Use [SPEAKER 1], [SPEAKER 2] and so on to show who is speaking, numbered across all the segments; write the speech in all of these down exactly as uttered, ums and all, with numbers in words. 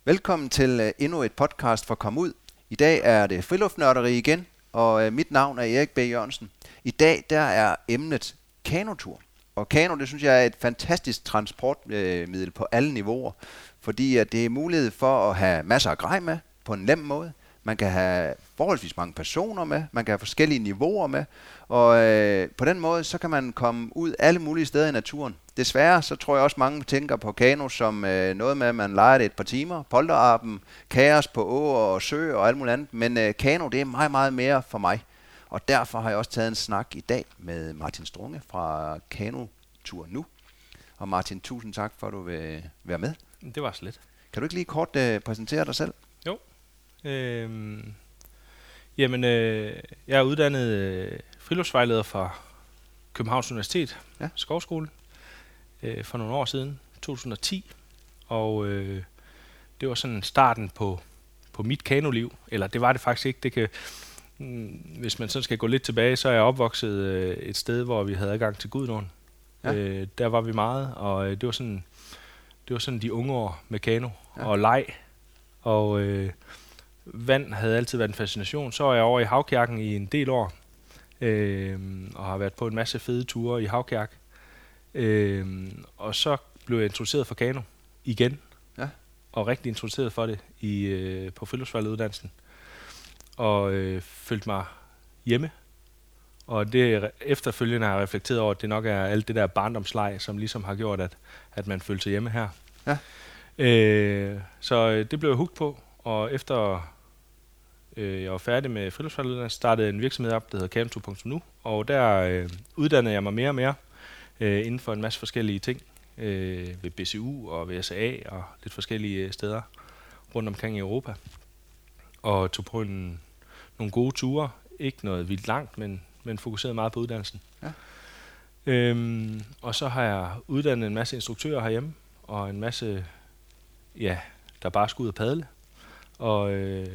[SPEAKER 1] Velkommen til uh, endnu et podcast for Kom Ud. I dag er det friluftnørderi igen, og uh, mit navn er Erik B. Jørgensen. I dag der er emnet kanotur. Og kano, det synes jeg er et fantastisk transportmiddel på alle niveauer, fordi at det er mulighed for at have masser af grej med på en nem måde. Man kan have forholdsvis mange personer med, man kan have forskellige niveauer med, og øh, på den måde, så kan man komme ud alle mulige steder i naturen. Desværre, så tror jeg også, mange tænker på kano som øh, noget med, at man leger det et par timer, polterappen, kaos på åer og søer og alt muligt andet, men øh, kano, det er meget, meget mere for mig. Og derfor har jeg også taget en snak i dag med Martin Strunge fra Kanotur Nu. Og Martin, tusind tak for, at du vil være med.
[SPEAKER 2] Det var slet.
[SPEAKER 1] Kan du ikke lige kort øh, præsentere dig selv?
[SPEAKER 2] Jo. Øhm, jamen, øh, jeg er uddannet øh, friluftsvejleder fra Københavns Universitet, ja. Skovskole, øh, for nogle år siden, to tusind og ti. Og øh, det var sådan starten på, på mit kanoliv. Eller det var det faktisk ikke. Det kan, mm, hvis man sådan skal gå lidt tilbage, så er jeg opvokset øh, et sted, hvor vi havde adgang til Gudenåen. Ja. Øh, der var vi meget, og øh, det var sådan det var sådan de unge år med kano ja. og leg. Og øh, vand havde altid været en fascination. Så er jeg over i havkajakken i en del år, øh, og har været på en masse fede ture i havkajak. Øh, og så blev jeg introduceret for kano igen, ja. og rigtig introduceret for det i, øh, på friluftsvejlederuddannelsen. Og øh, følte mig hjemme. Og det efterfølgende har jeg reflekteret over, at det nok er alt det der barndomsleg, som ligesom har gjort, at, at man følte sig hjemme her. Ja. Øh, så det blev jeg hooked på, og efter øh, jeg var færdig med friluftsvejlederuddannelsen, startede en virksomhed op, der hedder Kanotur punktum nu, og der øh, uddannede jeg mig mere og mere øh, inden for en masse forskellige ting, øh, ved B C U og ved S A A og lidt forskellige steder rundt omkring i Europa. Og tog på en, nogle gode ture, ikke noget vildt langt, men, men fokuserede meget på uddannelsen. Ja. Øhm, og så har jeg uddannet en masse instruktører herhjemme, og en masse, ja, der bare skal ud og padle. Og øh,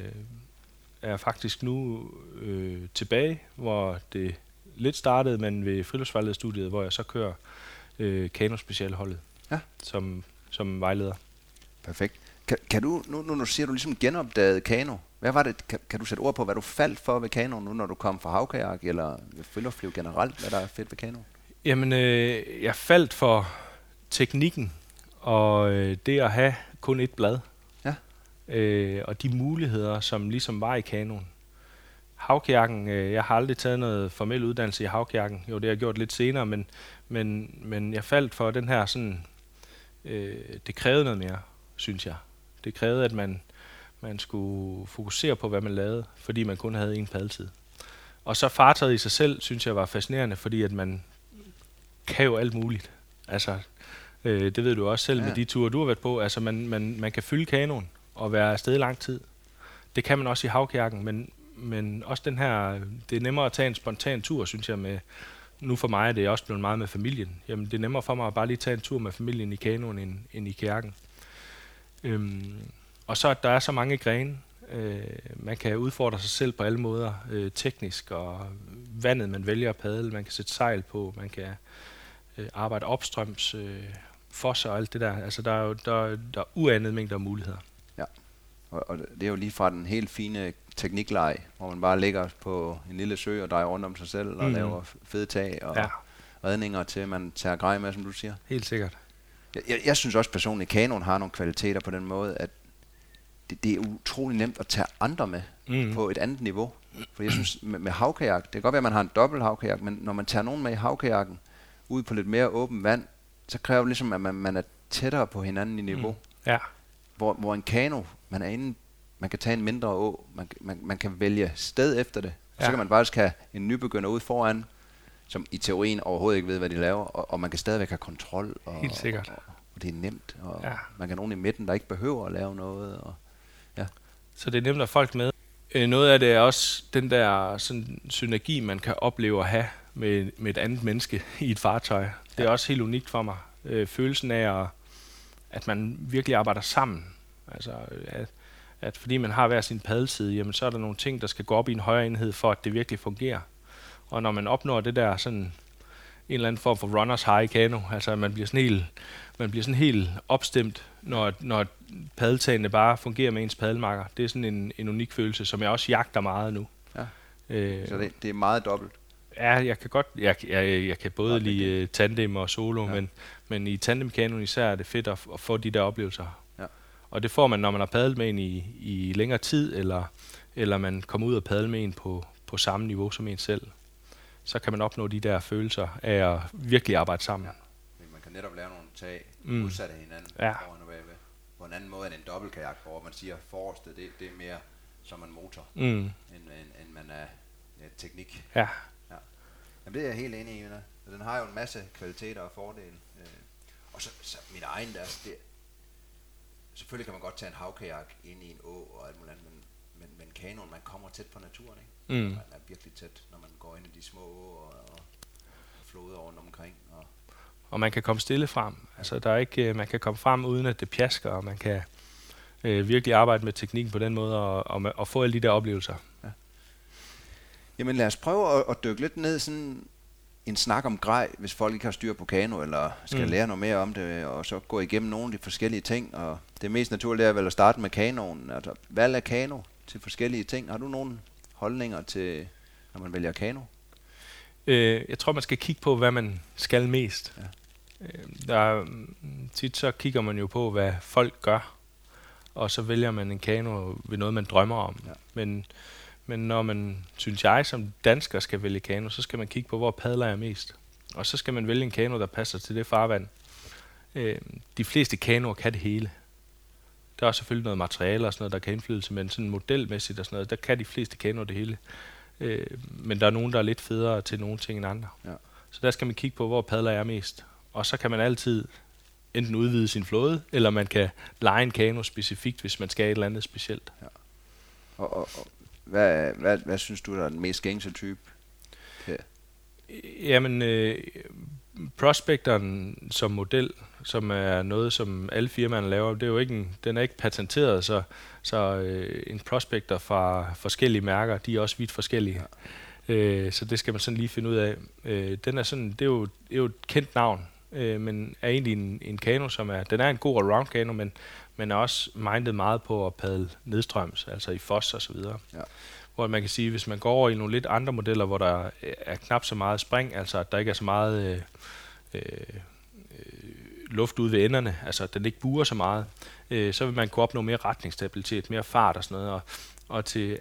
[SPEAKER 2] er faktisk nu øh, tilbage, hvor det lidt startede, men ved friluftsvejlederstudiet, hvor jeg så kører øh, kanospecialholdet ja. som, som vejleder.
[SPEAKER 1] Perfekt. Kan, kan du, nu, nu, nu siger du ligesom genopdaget kano. Hvad var det, kan, kan du sætte ord på, hvad du faldt for ved kano nu, når du kom fra havkajak, eller ved friluftsliv generelt, hvad der er fedt ved kano?
[SPEAKER 2] Jamen, øh, jeg faldt for teknikken, og øh, det at have kun et blad. Ja. Øh, og de muligheder, som ligesom var i kanoen. Havkajakken, øh, jeg har aldrig taget noget formel uddannelse i havkajakken. Jo, det har jeg gjort lidt senere, men, men, men jeg faldt for den her sådan, øh, det krævede noget mere, synes jeg. Det krævede, at man Man skulle fokusere på, hvad man lavede, fordi man kun havde en paddeltid. Og så fartøjet i sig selv, synes jeg var fascinerende, fordi at man kan jo alt muligt. Altså, øh, det ved du også selv ja. med de ture, du har været på. Altså, man, man, man kan fylde kanoen og være afsted i lang tid. Det kan man også i havkajakken, men, men også den her, det er nemmere at tage en spontan tur, synes jeg. Med, nu for mig er det også blevet meget med familien. Jamen, det er nemmere for mig at bare lige tage en tur med familien i kanoen end, end i kajakken. Øhm, Og så at der er så mange grene, øh, man kan udfordre sig selv på alle måder, øh, teknisk, og vandet man vælger at padle, man kan sætte sejl på, man kan øh, arbejde opstrøms, øh, fosser og alt det der. Altså der er jo der, der er uanede mængder af muligheder. Ja,
[SPEAKER 1] og, og det er jo lige fra den helt fine teknikleje, hvor man bare ligger på en lille sø og drejer rundt om sig selv og mm. laver fede tag og ja. redninger til, man tager grej med, som du siger.
[SPEAKER 2] Helt sikkert.
[SPEAKER 1] Jeg, jeg, jeg synes også personligt, at kanoen har nogle kvaliteter på den måde, at Det, det er utrolig nemt at tage andre med mm. på et andet niveau. For jeg synes, med, med havkajak, det kan godt være, at man har en dobbelt havkajak, men når man tager nogen med i havkajakken ud på lidt mere åben vand, så kræver det ligesom, at man, man er tættere på hinanden i niveau. Mm. Ja. Hvor, hvor en kano, man er inde, man kan tage en mindre å, man, man, man kan vælge sted efter det. Og ja. så kan man faktisk have en nybegynder ude foran, som i teorien overhovedet ikke ved, hvad de laver, og, og man kan stadigvæk have kontrol. Og,
[SPEAKER 2] Helt sikkert.
[SPEAKER 1] Og, og det er nemt, og ja. man kan have nogen i midten, der ikke behøver at lave noget, og ja.
[SPEAKER 2] Så det er nemt at folk med. Øh, noget af det er også den der sådan, synergi, man kan opleve at have med, med et andet menneske i et fartøj. Det er ja. også helt unikt for mig. Øh, følelsen af, at, at man virkelig arbejder sammen. Altså, at, at fordi man har hver sin paddeltid, jamen, så er der nogle ting, der skal gå op i en højere enhed, for at det virkelig fungerer. Og når man opnår det der sådan, en eller anden form for runners high i kano. Altså man bliver sådan helt, man bliver sådan helt opstemt, når, når paddeltagene bare fungerer med ens paddelmarker. Det er sådan en, en unik følelse, som jeg også jagter meget nu.
[SPEAKER 1] Ja.
[SPEAKER 2] Øh,
[SPEAKER 1] Så det, det er meget dobbelt?
[SPEAKER 2] Ja, jeg kan godt, jeg, jeg, jeg kan både okay. lide uh, tandem og solo, ja. men, men i tandemkanoen især er det fedt at, at få de der oplevelser. Ja. Og det får man, når man har padlet med en i, i længere tid, eller, eller man kommer ud og padle med en på, på samme niveau som en selv. Så kan man opnå de der følelser af at virkelig arbejde sammen. Ja.
[SPEAKER 1] Man kan netop lave nogle tag mm. udsat af hinanden
[SPEAKER 2] ja.
[SPEAKER 1] foran og bagved. På en anden måde end en dobbeltkajak, hvor man siger forreste, det, det er mere som en motor, mm. end, end, end man er ja, teknik.
[SPEAKER 2] Ja.
[SPEAKER 1] ja. Jamen det er jeg helt enig i. Den har jo en masse kvaliteter og fordele. Og så, så min egen der, det, selvfølgelig kan man godt tage en havkajak ind i en å og alt muligt andet, men, men, men kanoen, man kommer tæt på naturen, ikke? Mm. Man er virkelig tæt, når man går ind i de små åer og, og floder rundt omkring. Og,
[SPEAKER 2] og man kan komme stille frem. Altså der er ikke, man kan komme frem uden at det pjasker, og man kan øh, virkelig arbejde med teknikken på den måde og, og, og få alle de der oplevelser. Ja.
[SPEAKER 1] Jamen lad os prøve at, at dykke lidt ned sådan en snak om grej, hvis folk ikke har styr på kano, eller skal mm. lære noget mere om det, og så gå igennem nogle af de forskellige ting. Og det mest naturlige er vel at starte med kanoen. Altså, valg af kano til forskellige ting. Har du nogle holdninger til, når man vælger kano?
[SPEAKER 2] Øh, jeg tror, man skal kigge på, hvad man skal mest. Ja. Øh, der, tit så kigger man jo på, hvad folk gør, og så vælger man en kano ved noget, man drømmer om. Ja. Men Men når man, synes jeg, som dansker skal vælge kano, så skal man kigge på, hvor padler jeg mest. Og så skal man vælge en kano, der passer til det farvand. Øh, de fleste kanoer kan det hele. Der er selvfølgelig noget materiale og sådan noget, der kan indflydelse, men sådan modelmæssigt og sådan noget, der kan de fleste kanoer det hele. Øh, men der er nogen, der er lidt federe til nogle ting end andre. Ja. Så der skal man kigge på, hvor padler jeg mest. Og så kan man altid enten udvide sin flåde, eller man kan leje en kano specifikt, hvis man skal et eller andet specielt. Ja.
[SPEAKER 1] Og, og, og Hvad, hvad, hvad synes du, der er den mest gængse type? Ja.
[SPEAKER 2] Jamen, øh, Prospectoren som model, som er noget, som alle firmaerne laver, det er jo ikke en, den er ikke patenteret, så, så øh, en Prospector fra forskellige mærker, de er også vidt forskellige. Ja. Øh, så det skal man sådan lige finde ud af. Øh, den er sådan, det er jo, det er jo et kendt navn, øh, men er egentlig en, en kano, som er, den er en god allround kano, men men er også mindet meget på at padle nedstrøms, altså i foss og så videre. Ja. Hvor man kan sige, hvis man går over i nogle lidt andre modeller, hvor der er knap så meget spring, altså at der ikke er så meget øh, øh, luft ude ved enderne, altså at den ikke buer så meget, øh, så vil man kunne opnå mere retningsstabilitet, mere fart og sådan noget. Og, og til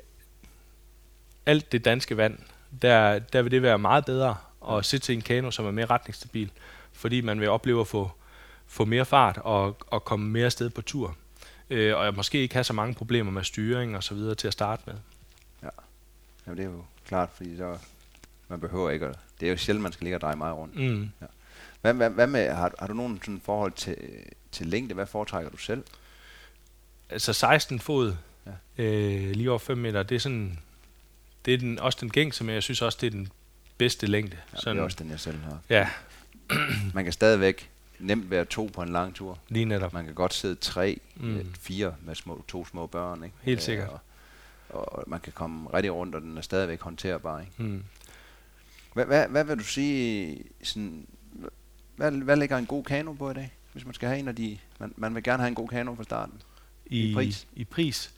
[SPEAKER 2] alt det danske vand, der, der vil det være meget bedre at sætte til en kano, som er mere retningsstabil, fordi man vil opleve at få få mere fart og, og komme mere afsted på tur. Øh, og jeg måske ikke have så mange problemer med styring og så videre til at starte med.
[SPEAKER 1] Ja, jamen, det er jo klart, fordi så man behøver ikke at, det er jo sjældent, man skal ligge og dreje meget rundt. Mm. Ja. Hvad, hvad, hvad med, har, har du nogen sådan forhold til, til længde? Hvad foretrækker du selv?
[SPEAKER 2] Altså seksten fod, ja. øh, lige over fem meter, det er sådan, det er den, også den gængse, men jeg synes også, det er den bedste længde.
[SPEAKER 1] Ja,
[SPEAKER 2] sådan,
[SPEAKER 1] det er også den, jeg selv har.
[SPEAKER 2] Ja. Man
[SPEAKER 1] kan stadigvæk nemt være to på en lang tur.
[SPEAKER 2] Lige netop.
[SPEAKER 1] Man kan godt sidde tre, mm. fire med små, to små børn. Ikke?
[SPEAKER 2] Helt sikkert.
[SPEAKER 1] Og, og man kan komme rigtig rundt, og den er stadigvæk håndterbar. Ikke? Mm. Hvad, hvad, hvad vil du sige, sådan, hvad, hvad ligger en god kano på i dag? Hvis man skal have en af de, man, man vil gerne have en god kano fra starten.
[SPEAKER 2] I, I pris? I pris?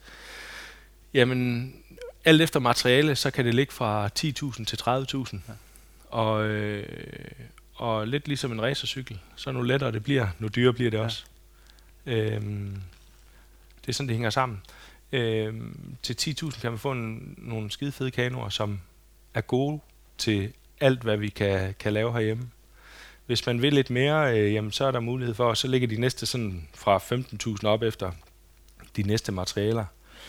[SPEAKER 2] Jamen, alt efter materiale, så kan det ligge fra ti tusind til tredive tusind. Ja. Og øh, Og lidt ligesom en racercykel, så nu lettere det bliver, nu dyrere bliver det også. Ja. Øhm, det er sådan, det hænger sammen. Øhm, til ti tusind kan man få en, nogle skide fede kanoer, som er gode til alt, hvad vi kan, kan lave herhjemme. Hvis man vil lidt mere, øh, jamen, så er der mulighed for, så ligger de næste sådan fra femten tusind op efter de næste materialer.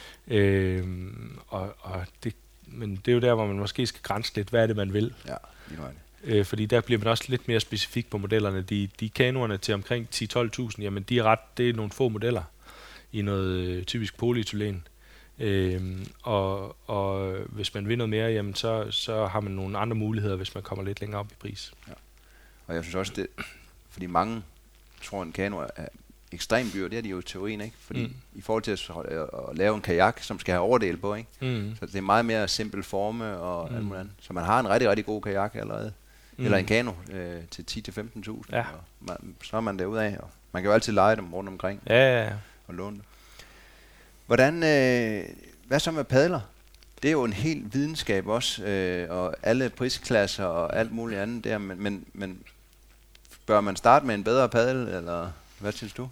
[SPEAKER 2] Øhm, og, og det, men det er jo der, hvor man måske skal grænse lidt, hvad er det, man vil.
[SPEAKER 1] Ja, lige nøjligt.
[SPEAKER 2] Øh, fordi der bliver man også lidt mere specifik på modellerne. De, de kanoerne til omkring ti til tolv tusind, jamen de er ret, det er nogle få modeller i noget øh, typisk polyethylen. Øh, og, og hvis man vil noget mere, jamen så, så har man nogle andre muligheder, hvis man kommer lidt længere op i pris. Ja.
[SPEAKER 1] Og jeg synes også, det, fordi mange tror, en kano er ekstremt dyr, det er de jo i teorien, ikke? Fordi mm. i forhold til at, at, at lave en kajak, som skal have overdel på, ikke? Mm. Så det er meget mere simpel forme og mm. alt muligt andet. Så man har en rigtig, rigtig god kajak allerede mm. eller en kano øh, til ti til femten tusind.
[SPEAKER 2] Ja.
[SPEAKER 1] Man, så er man derude af, og man kan jo altid lege dem rundt omkring.
[SPEAKER 2] Ja, ja, ja.
[SPEAKER 1] Og låne dem. Hvordan, øh, hvad så med padler? Det er jo en helt videnskab også, øh, og alle prisklasser og alt muligt andet der, men, men, men bør man starte med en bedre padel, eller hvad synes du?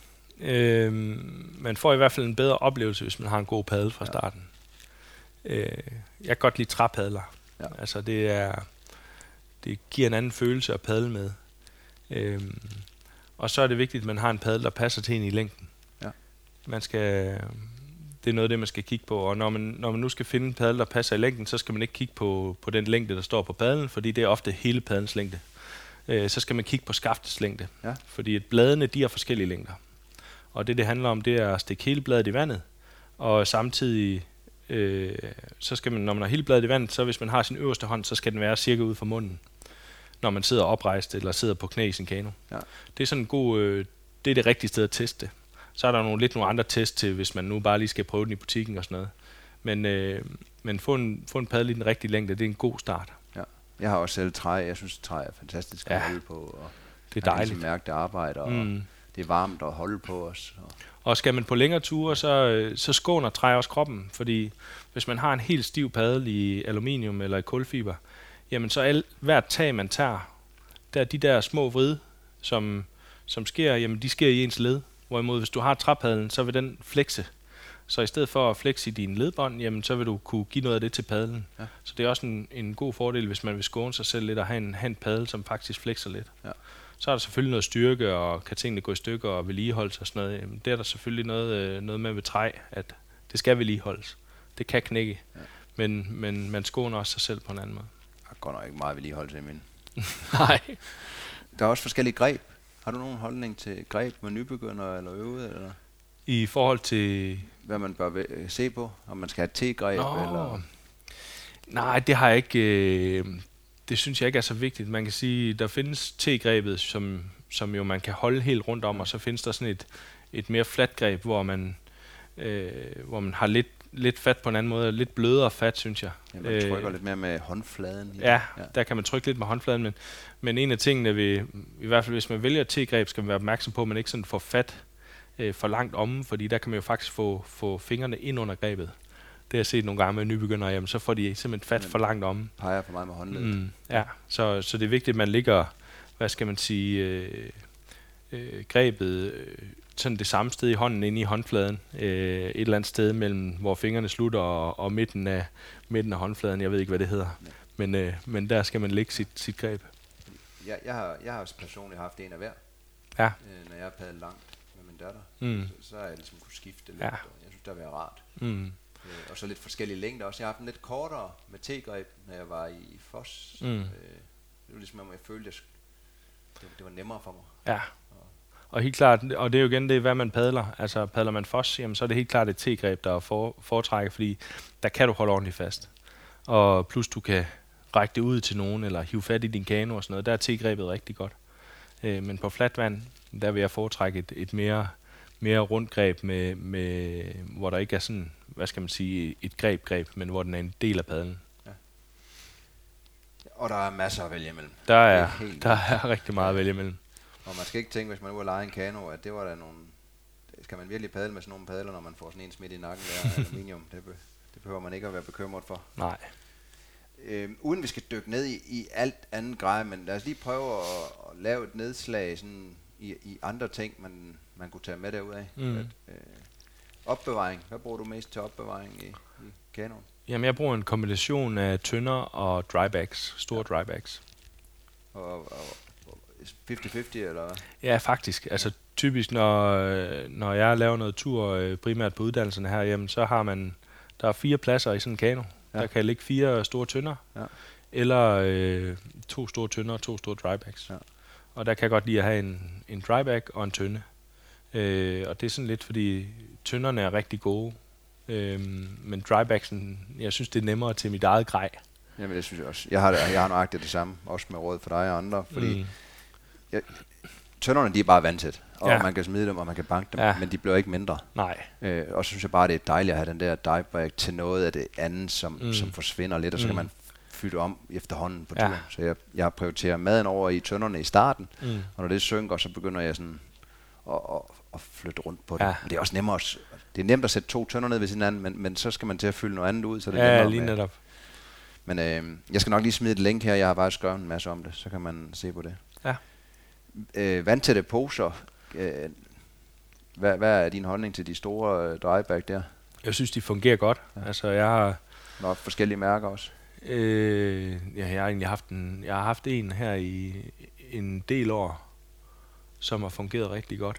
[SPEAKER 2] Øhm, man får i hvert fald en bedre oplevelse, hvis man har en god padel fra starten. Ja. Øh, jeg kan godt lide træpadler. Ja. Altså det er, det giver en anden følelse at padle med. Øhm, og så er det vigtigt, at man har en padel, der passer til en i længden. Ja. Man skal, det er noget af det, man skal kigge på. Og når man, når man nu skal finde en padel, der passer i længden, så skal man ikke kigge på, på den længde, der står på padlen, fordi det er ofte hele padelens længde. Øh, så skal man kigge på skaftets længde. Ja. Fordi bladene, de har forskellige længder. Og det, det handler om, det er at stikke hele bladet i vandet, og samtidig, øh, så skal man, når man har hele bladet i vandet, så hvis man har sin øverste hånd, så skal den være cirka ude for munden, når man sidder oprejst eller sidder på knæ i sin kano. Ja. Det er sådan en god, øh, det er det rigtige sted at teste. Så er der nogle, lidt nogle andre test til, hvis man nu bare lige skal prøve den i butikken og sådan noget. Men, øh, men få en, få en padel i den rigtige længde, det er en god start. Ja.
[SPEAKER 1] Jeg har også selv træ. Jeg synes, træ er fantastisk at ja. holde på. Og
[SPEAKER 2] det er dejligt.
[SPEAKER 1] Man kan mærke, det arbejder, og mm. det er varmt at holde på os. Og,
[SPEAKER 2] og skal man på længere ture, så, så skåner træ også kroppen. Fordi hvis man har en helt stiv padel i aluminium eller i kulfiber, jamen så al, hvert tag, man tager, der de der små vrid, som, som sker, jamen de sker i ens led. Hvorimod hvis du har træpadlen, så vil den flekse. Så i stedet for at flekse i dine ledbånd, jamen så vil du kunne give noget af det til padlen. Ja. Så det er også en, en god fordel, hvis man vil skåne sig selv lidt og have en, have en padel, som faktisk flekser lidt. Ja. Så er der selvfølgelig noget styrke, og kan tingene gå i stykker og vedligeholdes og sådan noget. Jamen, det er der selvfølgelig noget, noget med ved træ, at det skal vedligeholdes. Det kan knække, ja. men, men man skåner også sig selv på en anden måde.
[SPEAKER 1] Der går nok ikke meget vedligeholdelse i min.
[SPEAKER 2] Nej.
[SPEAKER 1] Der er også forskellige greb. Har du nogen holdning til greb med nybegynder eller øvede? Eller?
[SPEAKER 2] I forhold til...
[SPEAKER 1] Hvad man bør se på? Om man skal have et T-greb? Eller?
[SPEAKER 2] Nej, det har jeg ikke... Øh, det synes jeg ikke er så vigtigt. Man kan sige, der findes T-grebet, som, som jo man kan holde helt rundt om, og så findes der sådan et, et mere fladt greb, hvor man, øh, hvor man har lidt, lidt fat på en anden måde. Lidt blødere fat, synes jeg.
[SPEAKER 1] Ja, man trykker øh, lidt mere med håndfladen.
[SPEAKER 2] Ja, ja, der kan man trykke lidt med håndfladen, men, men en af tingene, ved, i hvert fald hvis man vælger T-greb, skal man være opmærksom på, at man ikke sådan får fat øh, for langt omme, fordi der kan man jo faktisk få, få fingrene ind under grebet. Det har jeg set nogle gange med nybegyndere, jamen så får de simpelthen fat for langt omme.
[SPEAKER 1] Peger for meget med håndledet. Mm,
[SPEAKER 2] ja, så, så det er vigtigt, at man ligger, hvad skal man sige, øh, øh, grebet øh, sådan det samme sted i hånden, inde i håndfladen. Øh, et eller andet sted mellem, hvor fingrene slutter, og, og midten, af, midten af håndfladen. Jeg ved ikke, hvad det hedder. Ja. Men, øh, men der skal man lægge sit, sit greb.
[SPEAKER 1] Jeg, jeg, har, jeg har personligt haft en af hver,
[SPEAKER 2] ja.
[SPEAKER 1] øh, når jeg har padlet langt med min datter. Mm. Så, så har jeg ligesom kunne skifte lidt, ja. Og jeg synes, det har været rart. Mm. Øh, og så lidt forskellige længder også. Jeg har haft en lidt kortere med T-greb, når jeg var i Foss. Mm. Øh, det var ligesom, at jeg følte, at det, det var nemmere for mig.
[SPEAKER 2] Ja. Og helt klart, og det er jo igen det, hvad man padler. Altså padler man Foss, jamen, så er det helt klart et T-greb, der er for, foretrækket, fordi der kan du holde ordentligt fast. Og plus du kan række det ud til nogen, eller hive fat i din kano og sådan noget. Der er T-grebet rigtig godt. Øh, men på fladt vand, der vil jeg foretrække et, et mere, mere rundt greb, med, med, hvor der ikke er sådan, hvad skal man sige, et greb-greb, men hvor den er en del af padlen. Ja.
[SPEAKER 1] Og der er masser at vælge imellem.
[SPEAKER 2] Der er, er der er rigtig meget at vælge imellem.
[SPEAKER 1] Og man skal ikke tænke, hvis man nu har lejet en kano, at det var der nogle... Skal man virkelig padle med sådan nogle padler, når man får sådan en smidt i nakken der aluminium? Det, be, det behøver man ikke at være bekymret for.
[SPEAKER 2] Nej.
[SPEAKER 1] Øhm, uden vi skal dykke ned i, i alt andet grej, men lad os lige prøve at, at lave et nedslag sådan i, i andre ting, man, man kunne tage med derudad. Mm. At, øh, opbevaring. Hvad bruger du mest til opbevaring i, i kanoen?
[SPEAKER 2] Jamen, jeg bruger en kombination af tønder og drybags, store ja. drybags.
[SPEAKER 1] Og, og, og halvtreds halvtreds eller hvad?
[SPEAKER 2] Ja, faktisk. Altså typisk, når, når jeg laver noget tur, primært på uddannelserne her, jamen, så har man, der er fire pladser i sådan en kano. Ja. Der kan ligge fire store tønder, ja. eller øh, to store tønder og to store drybags. Ja. Og der kan jeg godt lide at have en, en drybag og en tønde. Øh, og det er sådan lidt, fordi tønderne er rigtig gode, øh, men drybagsen, jeg synes, det er nemmere til mit eget grej.
[SPEAKER 1] Jamen det synes jeg også. Jeg har, jeg har nøjagtigt det samme, også med råd for dig og andre, fordi mm. jeg, tønderne, de er bare vandtæt, og ja. man kan smide dem, og man kan banke dem, ja. men de bliver ikke mindre.
[SPEAKER 2] Nej.
[SPEAKER 1] Øh, og så synes jeg bare, det er dejligt at have den der drybag til noget af det andet, som, mm. som forsvinder lidt, og så mm. kan man fyldt om efterhånden på
[SPEAKER 2] Ja.
[SPEAKER 1] turen. Så jeg, jeg prioriterer maden over i tønderne i starten,
[SPEAKER 2] Mm.
[SPEAKER 1] og når det synker, så begynder jeg sådan at, at, at flytte rundt på det.
[SPEAKER 2] Ja.
[SPEAKER 1] Men det er også nemmere at, det er nemt at sætte to tønder ned ved sin anden, men, men så skal man til at fylde noget andet ud, så det er
[SPEAKER 2] Ja,
[SPEAKER 1] nemmere
[SPEAKER 2] lige
[SPEAKER 1] med.
[SPEAKER 2] netop.
[SPEAKER 1] Men øh, jeg skal nok lige smide et link her, jeg har bare skrevet en masse om det, så kan man se på det.
[SPEAKER 2] Ja.
[SPEAKER 1] Øh, vandtætte poser, øh, hvad, hvad er din holdning til de store øh, drybag der?
[SPEAKER 2] Jeg synes, de fungerer godt. Ja. Altså, jeg har...
[SPEAKER 1] Der er forskellige mærker også.
[SPEAKER 2] Øh, ja, jeg har egentlig haft en, jeg har haft en her i en del år, som har fungeret rigtig godt.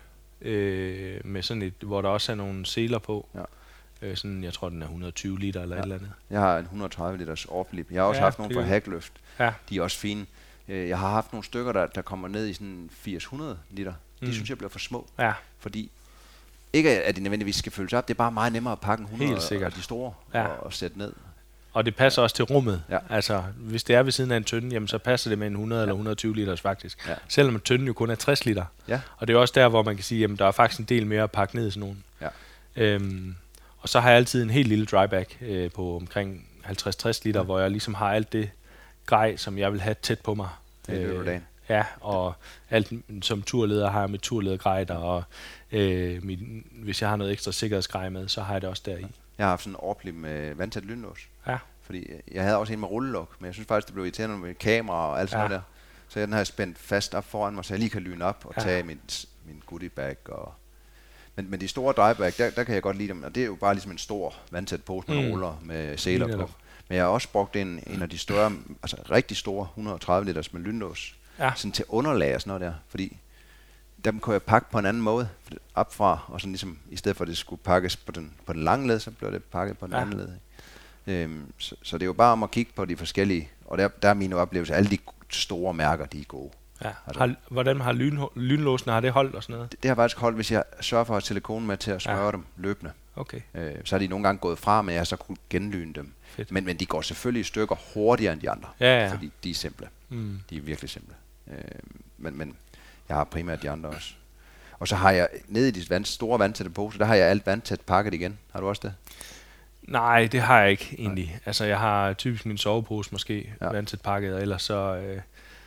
[SPEAKER 2] Øh, med sådan et, hvor der også er nogle seler på.
[SPEAKER 1] Ja.
[SPEAKER 2] Øh, sådan, jeg tror, den er et hundrede og tyve liter eller
[SPEAKER 1] Ja.
[SPEAKER 2] et eller andet.
[SPEAKER 1] Jeg har en et hundrede og tredive liters Orflip. Jeg har også
[SPEAKER 2] Ja,
[SPEAKER 1] haft nogle
[SPEAKER 2] det
[SPEAKER 1] fra
[SPEAKER 2] er-
[SPEAKER 1] Hagløft.
[SPEAKER 2] Ja.
[SPEAKER 1] De er også fine. Øh, Jeg har haft nogle stykker, der, der kommer ned i sådan firs hundrede liter. De
[SPEAKER 2] Mm.
[SPEAKER 1] synes jeg bliver for små.
[SPEAKER 2] Ja,
[SPEAKER 1] Fordi, ikke at de nødvendigvis skal fyldes op, det er bare meget nemmere at pakke en hundrede
[SPEAKER 2] Helt sikkert.
[SPEAKER 1] og de store
[SPEAKER 2] Ja.
[SPEAKER 1] og, og sætte ned.
[SPEAKER 2] og det passer også til rummet.
[SPEAKER 1] Ja.
[SPEAKER 2] Altså, hvis det er ved siden af en tønde, jamen, så passer det med en hundrede
[SPEAKER 1] Ja.
[SPEAKER 2] eller et hundrede og tyve liters faktisk.
[SPEAKER 1] Ja.
[SPEAKER 2] Selvom tønden jo kun er tres liter.
[SPEAKER 1] Ja.
[SPEAKER 2] Og det er også der, hvor man kan sige, jamen, der er faktisk en del mere at pakke ned i sådan nogen.
[SPEAKER 1] Ja.
[SPEAKER 2] Øhm, og så har jeg altid en helt lille drybag øh, på omkring halvtreds til tres liter,
[SPEAKER 1] Ja.
[SPEAKER 2] hvor jeg ligesom har alt det grej, som jeg vil have tæt på mig.
[SPEAKER 1] Det er løbet af dagen.
[SPEAKER 2] Ja, og alt som turleder har jeg mit turledergrej der, og øh, mit, hvis jeg har noget ekstra sikkerhedsgrej med, så har jeg det også deri.
[SPEAKER 1] Jeg har haft sådan en Orflip med vandtæt lynlås.
[SPEAKER 2] Ja.
[SPEAKER 1] Fordi øh, jeg havde også en med rullelok, men jeg synes faktisk, det blev irriterende med kamera og alt sådan
[SPEAKER 2] Ja.
[SPEAKER 1] noget der. Så den har jeg spændt fast op foran mig, så jeg lige kan lyne op og
[SPEAKER 2] Ja.
[SPEAKER 1] tage min, min goodie bag. Og men, men de store drybag, der, der kan jeg godt lide dem, og det er jo bare ligesom en stor vandtæt pose med
[SPEAKER 2] Mm.
[SPEAKER 1] mm. ruller med seler
[SPEAKER 2] Lige
[SPEAKER 1] på.
[SPEAKER 2] netop.
[SPEAKER 1] Men jeg har også brugt en, en af de større, altså rigtig store, et hundrede og tredive liters med lynlås.
[SPEAKER 2] Ja.
[SPEAKER 1] Sådan til underlag og sådan noget der, fordi dem kunne jeg pakke på en anden måde op fra, og sådan ligesom, i stedet for at det skulle pakkes på den, på den lange led, så blev det pakket på den
[SPEAKER 2] Ja.
[SPEAKER 1] anden led. Øhm, så, så det er jo bare om at kigge på de forskellige, og der, der er mine oplevelser, alle de store mærker, de er gode.
[SPEAKER 2] Ja.
[SPEAKER 1] Altså-
[SPEAKER 2] Har, hvordan har lyn, lynlåsene, har det holdt og sådan noget?
[SPEAKER 1] Det, det har faktisk holdt, hvis jeg sørger for at have silikone med til at smøre
[SPEAKER 2] Ja.
[SPEAKER 1] dem løbende.
[SPEAKER 2] Okay,
[SPEAKER 1] Øh, så er de nogle gange gået fra, men jeg har så kunne genlyne dem.
[SPEAKER 2] fedt.
[SPEAKER 1] Men, men de går selvfølgelig i stykker hurtigere end de andre,
[SPEAKER 2] Ja, ja.
[SPEAKER 1] fordi de er simple.
[SPEAKER 2] Mm.
[SPEAKER 1] De er virkelig simple. Øh, men, men jeg har primært de andre også. Og så har jeg, nede i de vand, store vandtætte poser, der har jeg alt vandtæt pakket igen. Har du også det?
[SPEAKER 2] Nej, det har jeg ikke egentlig. Nej. Altså, jeg har typisk min sovepose måske,
[SPEAKER 1] Ja.
[SPEAKER 2] ja. vandtæt pakket, og ellers så... Øh,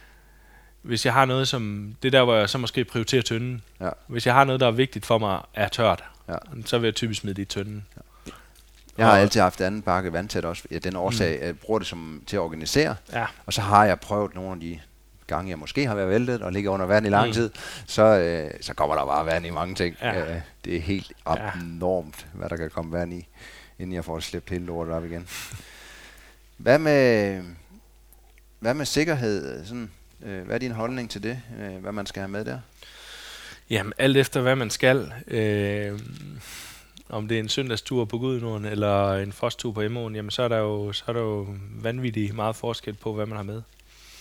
[SPEAKER 2] hvis jeg har noget som... Det er der, hvor jeg så måske prioriterer tønden.
[SPEAKER 1] Ja.
[SPEAKER 2] Hvis jeg har noget, der er vigtigt for mig, er tørt,
[SPEAKER 1] Ja.
[SPEAKER 2] så vil jeg typisk smide det i tønden.
[SPEAKER 1] Jeg har
[SPEAKER 2] Og-
[SPEAKER 1] altid haft anden pakke vandtæt også. Ja, den årsag, mm. jeg bruger det som, til at organisere.
[SPEAKER 2] Ja,
[SPEAKER 1] Og så har jeg prøvet nogle af de gange, jeg måske har været væltet og ligger under vand i lang
[SPEAKER 2] Mm.
[SPEAKER 1] tid, så, øh, så kommer der bare vand i mange ting.
[SPEAKER 2] Ja.
[SPEAKER 1] Øh, det er helt
[SPEAKER 2] Ja.
[SPEAKER 1] abnormt, hvad der kan komme vand i, inden jeg får slæbt hele lortet op igen. Hvad med, hvad med sikkerhed? Sådan, øh, hvad er din holdning til det? Øh, hvad man skal have med der?
[SPEAKER 2] jamen alt efter hvad man skal. Øh, om det er en søndagstur på Gudenåen eller en frosttur på Emmeåen, jamen så er der jo, så er der jo vanvittigt meget forskel på, hvad man har med.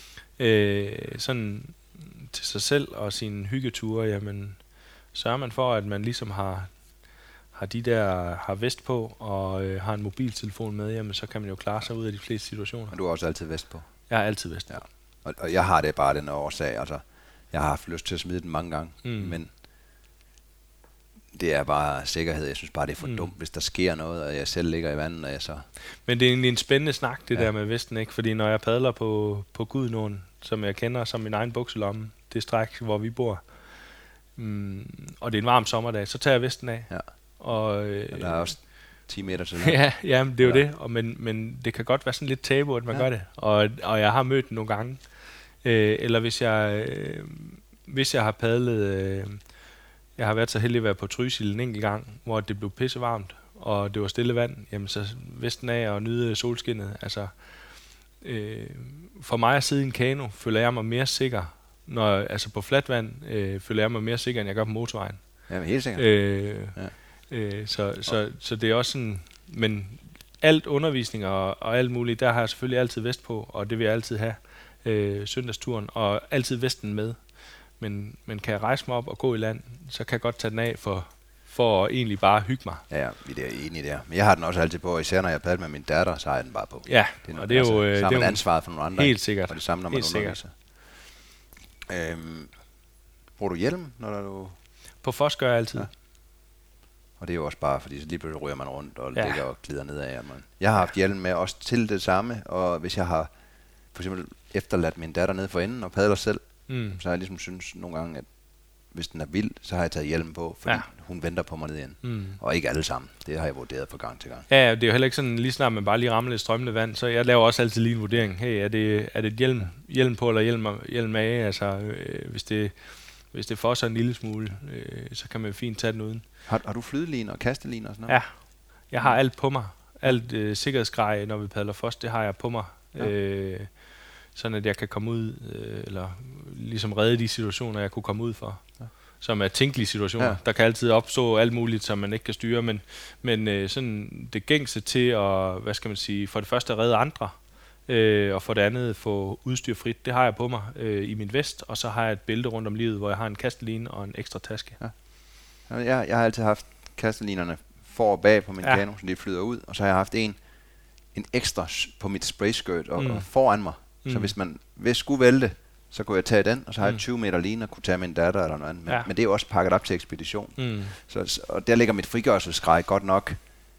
[SPEAKER 2] Øh, sådan til sig selv og sine hyggeture, jamen sørger man for, at man ligesom har, har de der, har vest på og øh, har en mobiltelefon med, jamen så kan man jo klare sig ud af de fleste situationer.
[SPEAKER 1] Og du har også altid vest på.
[SPEAKER 2] Jeg har altid vest.
[SPEAKER 1] Ja. Og, og jeg har det bare den årsag. Altså, jeg har haft lyst til at smide den mange gange,
[SPEAKER 2] Mm.
[SPEAKER 1] men det er bare sikkerhed. Jeg synes bare, det er for
[SPEAKER 2] Mm.
[SPEAKER 1] dumt, hvis der sker noget, og jeg selv ligger i vandet, og jeg så...
[SPEAKER 2] Men det er egentlig en spændende snak, det
[SPEAKER 1] Ja.
[SPEAKER 2] ja. der med vesten, ikke? Fordi når jeg padler på, på Gudenåen, som jeg kender som min egen bukselomme, det stræk, hvor vi bor, mm, og det er en varm sommerdag, så tager jeg vesten af.
[SPEAKER 1] Ja.
[SPEAKER 2] Og, øh,
[SPEAKER 1] Og der er også ti meter til land.
[SPEAKER 2] ja, ja, men det er jo
[SPEAKER 1] Ja.
[SPEAKER 2] det. Og, men, men det kan godt være sådan lidt tabu, at man
[SPEAKER 1] Ja.
[SPEAKER 2] gør det. Og, og jeg har mødt den nogle gange. Øh, eller hvis jeg, øh, hvis jeg har padlet... Øh, jeg har været så heldig at være på Trysil en enkelt gang, hvor det blev pissevarmt, og det var stille vand, jamen så vesten af og nyde solskinnet. Altså, øh, for mig at sidde i en kano, føler jeg mig mere sikker. Når, altså på fladt vand, øh, føler jeg mig mere sikker, end jeg gør på motorvejen.
[SPEAKER 1] Ja, men helt sikkert.
[SPEAKER 2] Øh,
[SPEAKER 1] Ja.
[SPEAKER 2] øh, så, så, så det er også sådan, men alt undervisning og, og alt muligt, der har jeg selvfølgelig altid vest på, og det vil jeg altid have øh, søndagsturen, og altid vesten med. Men, men kan jeg rejse mig op og gå i land, så kan jeg godt tage den af for, for at egentlig bare hygge mig.
[SPEAKER 1] Ja, ja, vi er enige der. Men jeg har den også altid på, især når jeg padler med min datter, så har jeg den bare på.
[SPEAKER 2] Ja,
[SPEAKER 1] Det er
[SPEAKER 2] og det er jo, øh,
[SPEAKER 1] så
[SPEAKER 2] det
[SPEAKER 1] har
[SPEAKER 2] er
[SPEAKER 1] man
[SPEAKER 2] jo
[SPEAKER 1] ansvaret for nogle andre.
[SPEAKER 2] helt
[SPEAKER 1] ikke?
[SPEAKER 2] sikkert.
[SPEAKER 1] Og det samme, når man
[SPEAKER 2] Helt
[SPEAKER 1] underviser. Øhm, bruger du hjelm, når du...
[SPEAKER 2] På Foss gør jeg altid.
[SPEAKER 1] Ja. Og det er jo også bare, fordi så lige pludselig ryger man rundt og
[SPEAKER 2] Ja.
[SPEAKER 1] ligger og glider nedad. Man. Jeg har haft hjelm med også til det samme, og hvis jeg har for eksempel efterladt min datter nede for enden og padler selv,
[SPEAKER 2] Mm.
[SPEAKER 1] så har jeg ligesom synes nogle gange, at hvis den er vild, så har jeg taget hjelm på, fordi
[SPEAKER 2] Ja.
[SPEAKER 1] hun venter på mig nede igen.
[SPEAKER 2] Mm.
[SPEAKER 1] Og ikke alle sammen. Det har jeg vurderet fra gang til gang.
[SPEAKER 2] Ja, ja, det er jo heller ikke sådan, lige snart man bare lige rammer lidt strømmende vand, så jeg laver også altid lige en vurdering. Hey, er det, er det hjelm, hjelm på eller hjelm, hjelm af? Altså, øh, hvis det hvis det får sig en lille smule, øh, så kan man fint tage den uden.
[SPEAKER 1] Har, har du flydeliner og kasteliner og sådan noget?
[SPEAKER 2] Ja, jeg har alt på mig. Alt øh, sikkerhedsgrej, når vi padler først, det har jeg på mig. Ja. Øh, sådan at jeg kan komme ud, øh, eller ligesom redde de situationer, jeg kunne komme ud for. Ja. Som er tænkelige situationer. Ja. Der kan altid opstå alt muligt, som man ikke kan styre, men, men øh, sådan det gængse til at, hvad skal man sige, for det første at redde andre, øh, og for det andet få udstyr frit, det har jeg på mig øh, i min vest, og så har jeg et bælte rundt om livet, hvor jeg har en kasteline og en ekstra taske.
[SPEAKER 1] Ja. Jeg, jeg har altid haft kastelinerne for og bag på min ja. kano, så de flyder ud, og så har jeg haft en, en ekstra på mit sprayskirt og, mm. og foran mig, mm. så hvis man hvis skulle vælte, så kunne jeg tage den, og så har jeg mm. tyve meter line og kunne tage min datter eller noget andet. Men, ja. men det er jo også pakket op til ekspedition. Mm. Så, og der ligger mit frigørelsesgrej godt nok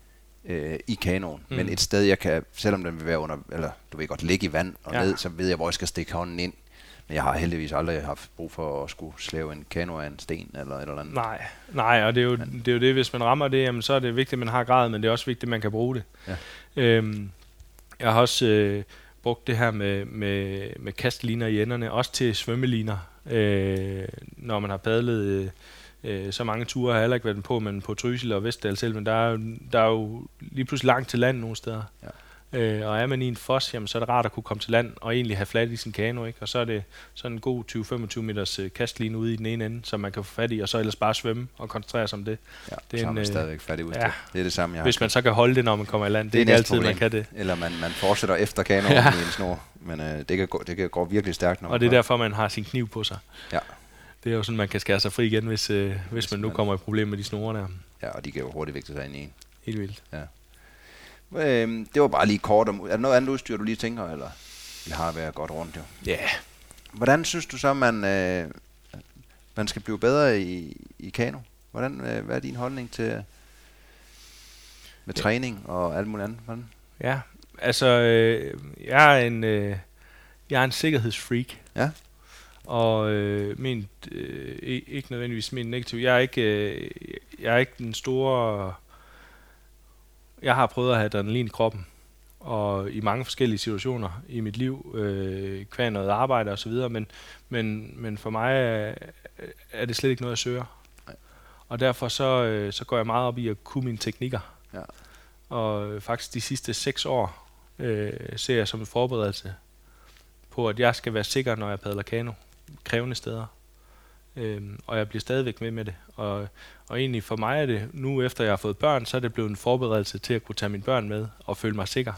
[SPEAKER 1] øh, i kanoen. Mm. Men et sted, jeg kan, selvom den vil være under, eller du ved godt, ligge i vand og ja. ned, så ved jeg, hvor jeg skal stikke hånden ind. Men jeg har heldigvis aldrig haft brug for at skulle slæve en kano af en sten eller et eller andet.
[SPEAKER 2] Nej, nej, og det er, jo, det er jo det, hvis man rammer det, jamen, så er det vigtigt, at man har grad, men det er også vigtigt, at man kan bruge det. Ja. Øhm, jeg har også øh, brugt det her med, med, med kasteliner i enderne, også til svømmeliner, øh, når man har padlet øh, så mange ture, har jeg heller ikke været på, men på Trysil og Vestdal selv, men der er, der er jo lige pludselig langt til land nogle steder. Ja. Øh, og er man i en fos, jamen, så er det rart at kunne komme til land og egentlig have flat i sin kano, ikke? Og så er det sådan en god tyve til femogtyve meters øh, kastline ude i den ene ende, som man kan få fat i, og så ellers bare svømme og koncentrere sig om det.
[SPEAKER 1] Ja,
[SPEAKER 2] det er
[SPEAKER 1] så er
[SPEAKER 2] en,
[SPEAKER 1] man
[SPEAKER 2] øh,
[SPEAKER 1] stadigvæk fat i udstyr. Ja, det er det samme, jeg
[SPEAKER 2] hvis
[SPEAKER 1] har.
[SPEAKER 2] man så kan holde det, når man kommer i land, det,
[SPEAKER 1] det er
[SPEAKER 2] ikke altid,
[SPEAKER 1] problem.
[SPEAKER 2] Man kan det.
[SPEAKER 1] Eller man, man fortsætter efter kanoen ja. i en snor, men øh, det, kan gå, det kan gå virkelig stærkt. Når
[SPEAKER 2] og det er derfor, man har sin kniv på sig.
[SPEAKER 1] Ja. Det
[SPEAKER 2] er jo sådan, man kan skære sig fri igen, hvis, øh, hvis, hvis man nu man, kommer i problem med de snore der.
[SPEAKER 1] Ja, og de kan jo hurtigt vægte sig ind i en.
[SPEAKER 2] Helt vildt.
[SPEAKER 1] Ja. Øhm, det var bare lige kort om. Er der noget andet udstyr, du lige tænker, eller vi har været godt rundt jo?
[SPEAKER 2] Ja. Yeah.
[SPEAKER 1] Hvordan synes du så, man øh, man skal blive bedre i, i kano? Hvordan, øh, hvad er din holdning til med ja. træning og alt muligt andet? Hvordan?
[SPEAKER 2] Ja, altså øh, jeg er en øh, jeg er en sikkerhedsfreak.
[SPEAKER 1] Ja.
[SPEAKER 2] Og øh, ment, øh, ikke nødvendigvis ment negativt. Jeg er ikke øh, jeg er ikke den store. Jeg har prøvet at have adrenalin i kroppen, og i mange forskellige situationer i mit liv, øh, kvad noget arbejde og så videre, men, men, men for mig er, er det slet ikke noget, jeg søger. Nej. Og derfor så, øh, så går jeg meget op i at kunne mine teknikker. Ja. Og øh, faktisk de sidste seks år øh, ser jeg som en forberedelse på, at jeg skal være sikker, når jeg padler kano, krævende steder. Øhm, og jeg bliver stadigvæk med med det. Og, og egentlig for mig er det, nu efter jeg har fået børn, så er det blevet en forberedelse til at kunne tage mine børn med og føle mig sikker.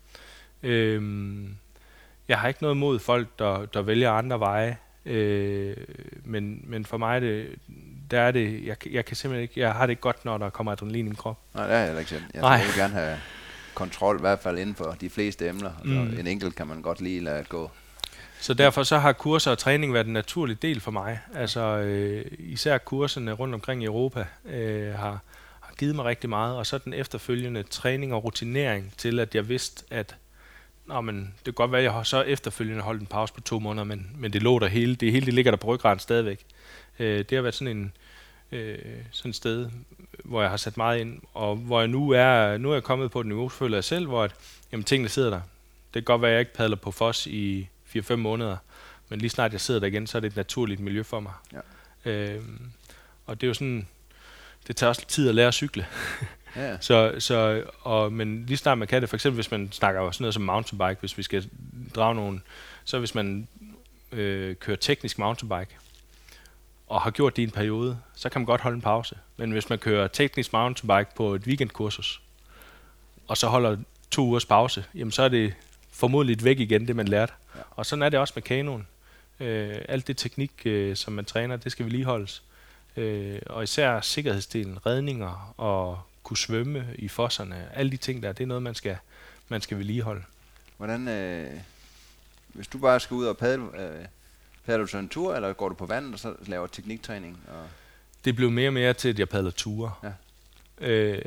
[SPEAKER 2] Øhm, jeg har ikke noget imod folk, der, der vælger andre veje, øh, men, men for mig er det, der er det, jeg, jeg kan simpelthen ikke, jeg har det ikke godt, når der kommer adrenalin i min krop.
[SPEAKER 1] Nej, det er jeg ikke selv. Jeg vil gerne have kontrol, i hvert fald inden for de fleste emner. Mm. Altså, en enkelt kan man godt lige lade gå.
[SPEAKER 2] Så derfor så har kurser og træning været en naturlig del for mig. Altså øh, især kurserne rundt omkring i Europa øh, har, har givet mig rigtig meget, og så den efterfølgende træning og rutinering til, at jeg vidste, at nå, men, det kan godt være, at jeg har så efterfølgende holdt en pause på to måneder, men, men det lå der hele, det hele det ligger der på ryggraden stadigvæk. Øh, det har været sådan en øh, sådan et sted, hvor jeg har sat meget ind, og hvor jeg nu er, nu er jeg kommet på et niveau, føler jeg selv, hvor at, jamen, tingene sidder der. Det kan godt være, at jeg ikke padler på Foss i fire fem måneder, men lige snart jeg sidder der igen, så er det et naturligt miljø for mig. Ja. Øhm, og det er jo sådan, det tager også tid at lære at cykle. Ja. så, så, og, men lige snart man kan det, for eksempel hvis man snakker sådan noget som mountainbike, hvis vi skal drage nogen, så hvis man øh, kører teknisk mountainbike, og har gjort det i en periode, så kan man godt holde en pause. Men hvis man kører teknisk mountainbike på et weekendkursus, og så holder to ugers pause, jamen så er det formodentlig væk igen, det man lærte. Ja. Og sådan er det også med kanoen. Øh, alt det teknik, øh, som man træner, det skal vedligeholdes. Øh, og især sikkerhedsdelen, redninger og kunne svømme i fosserne, alle de ting der, det er noget, man skal, man skal vedligeholde.
[SPEAKER 1] Hvordan, øh, hvis du bare skal ud og padle, øh, padler du så en tur, eller går du på vandet og så laver tekniktræning? Og
[SPEAKER 2] det blev mere og mere til, at jeg padler ture. Ja. Øh,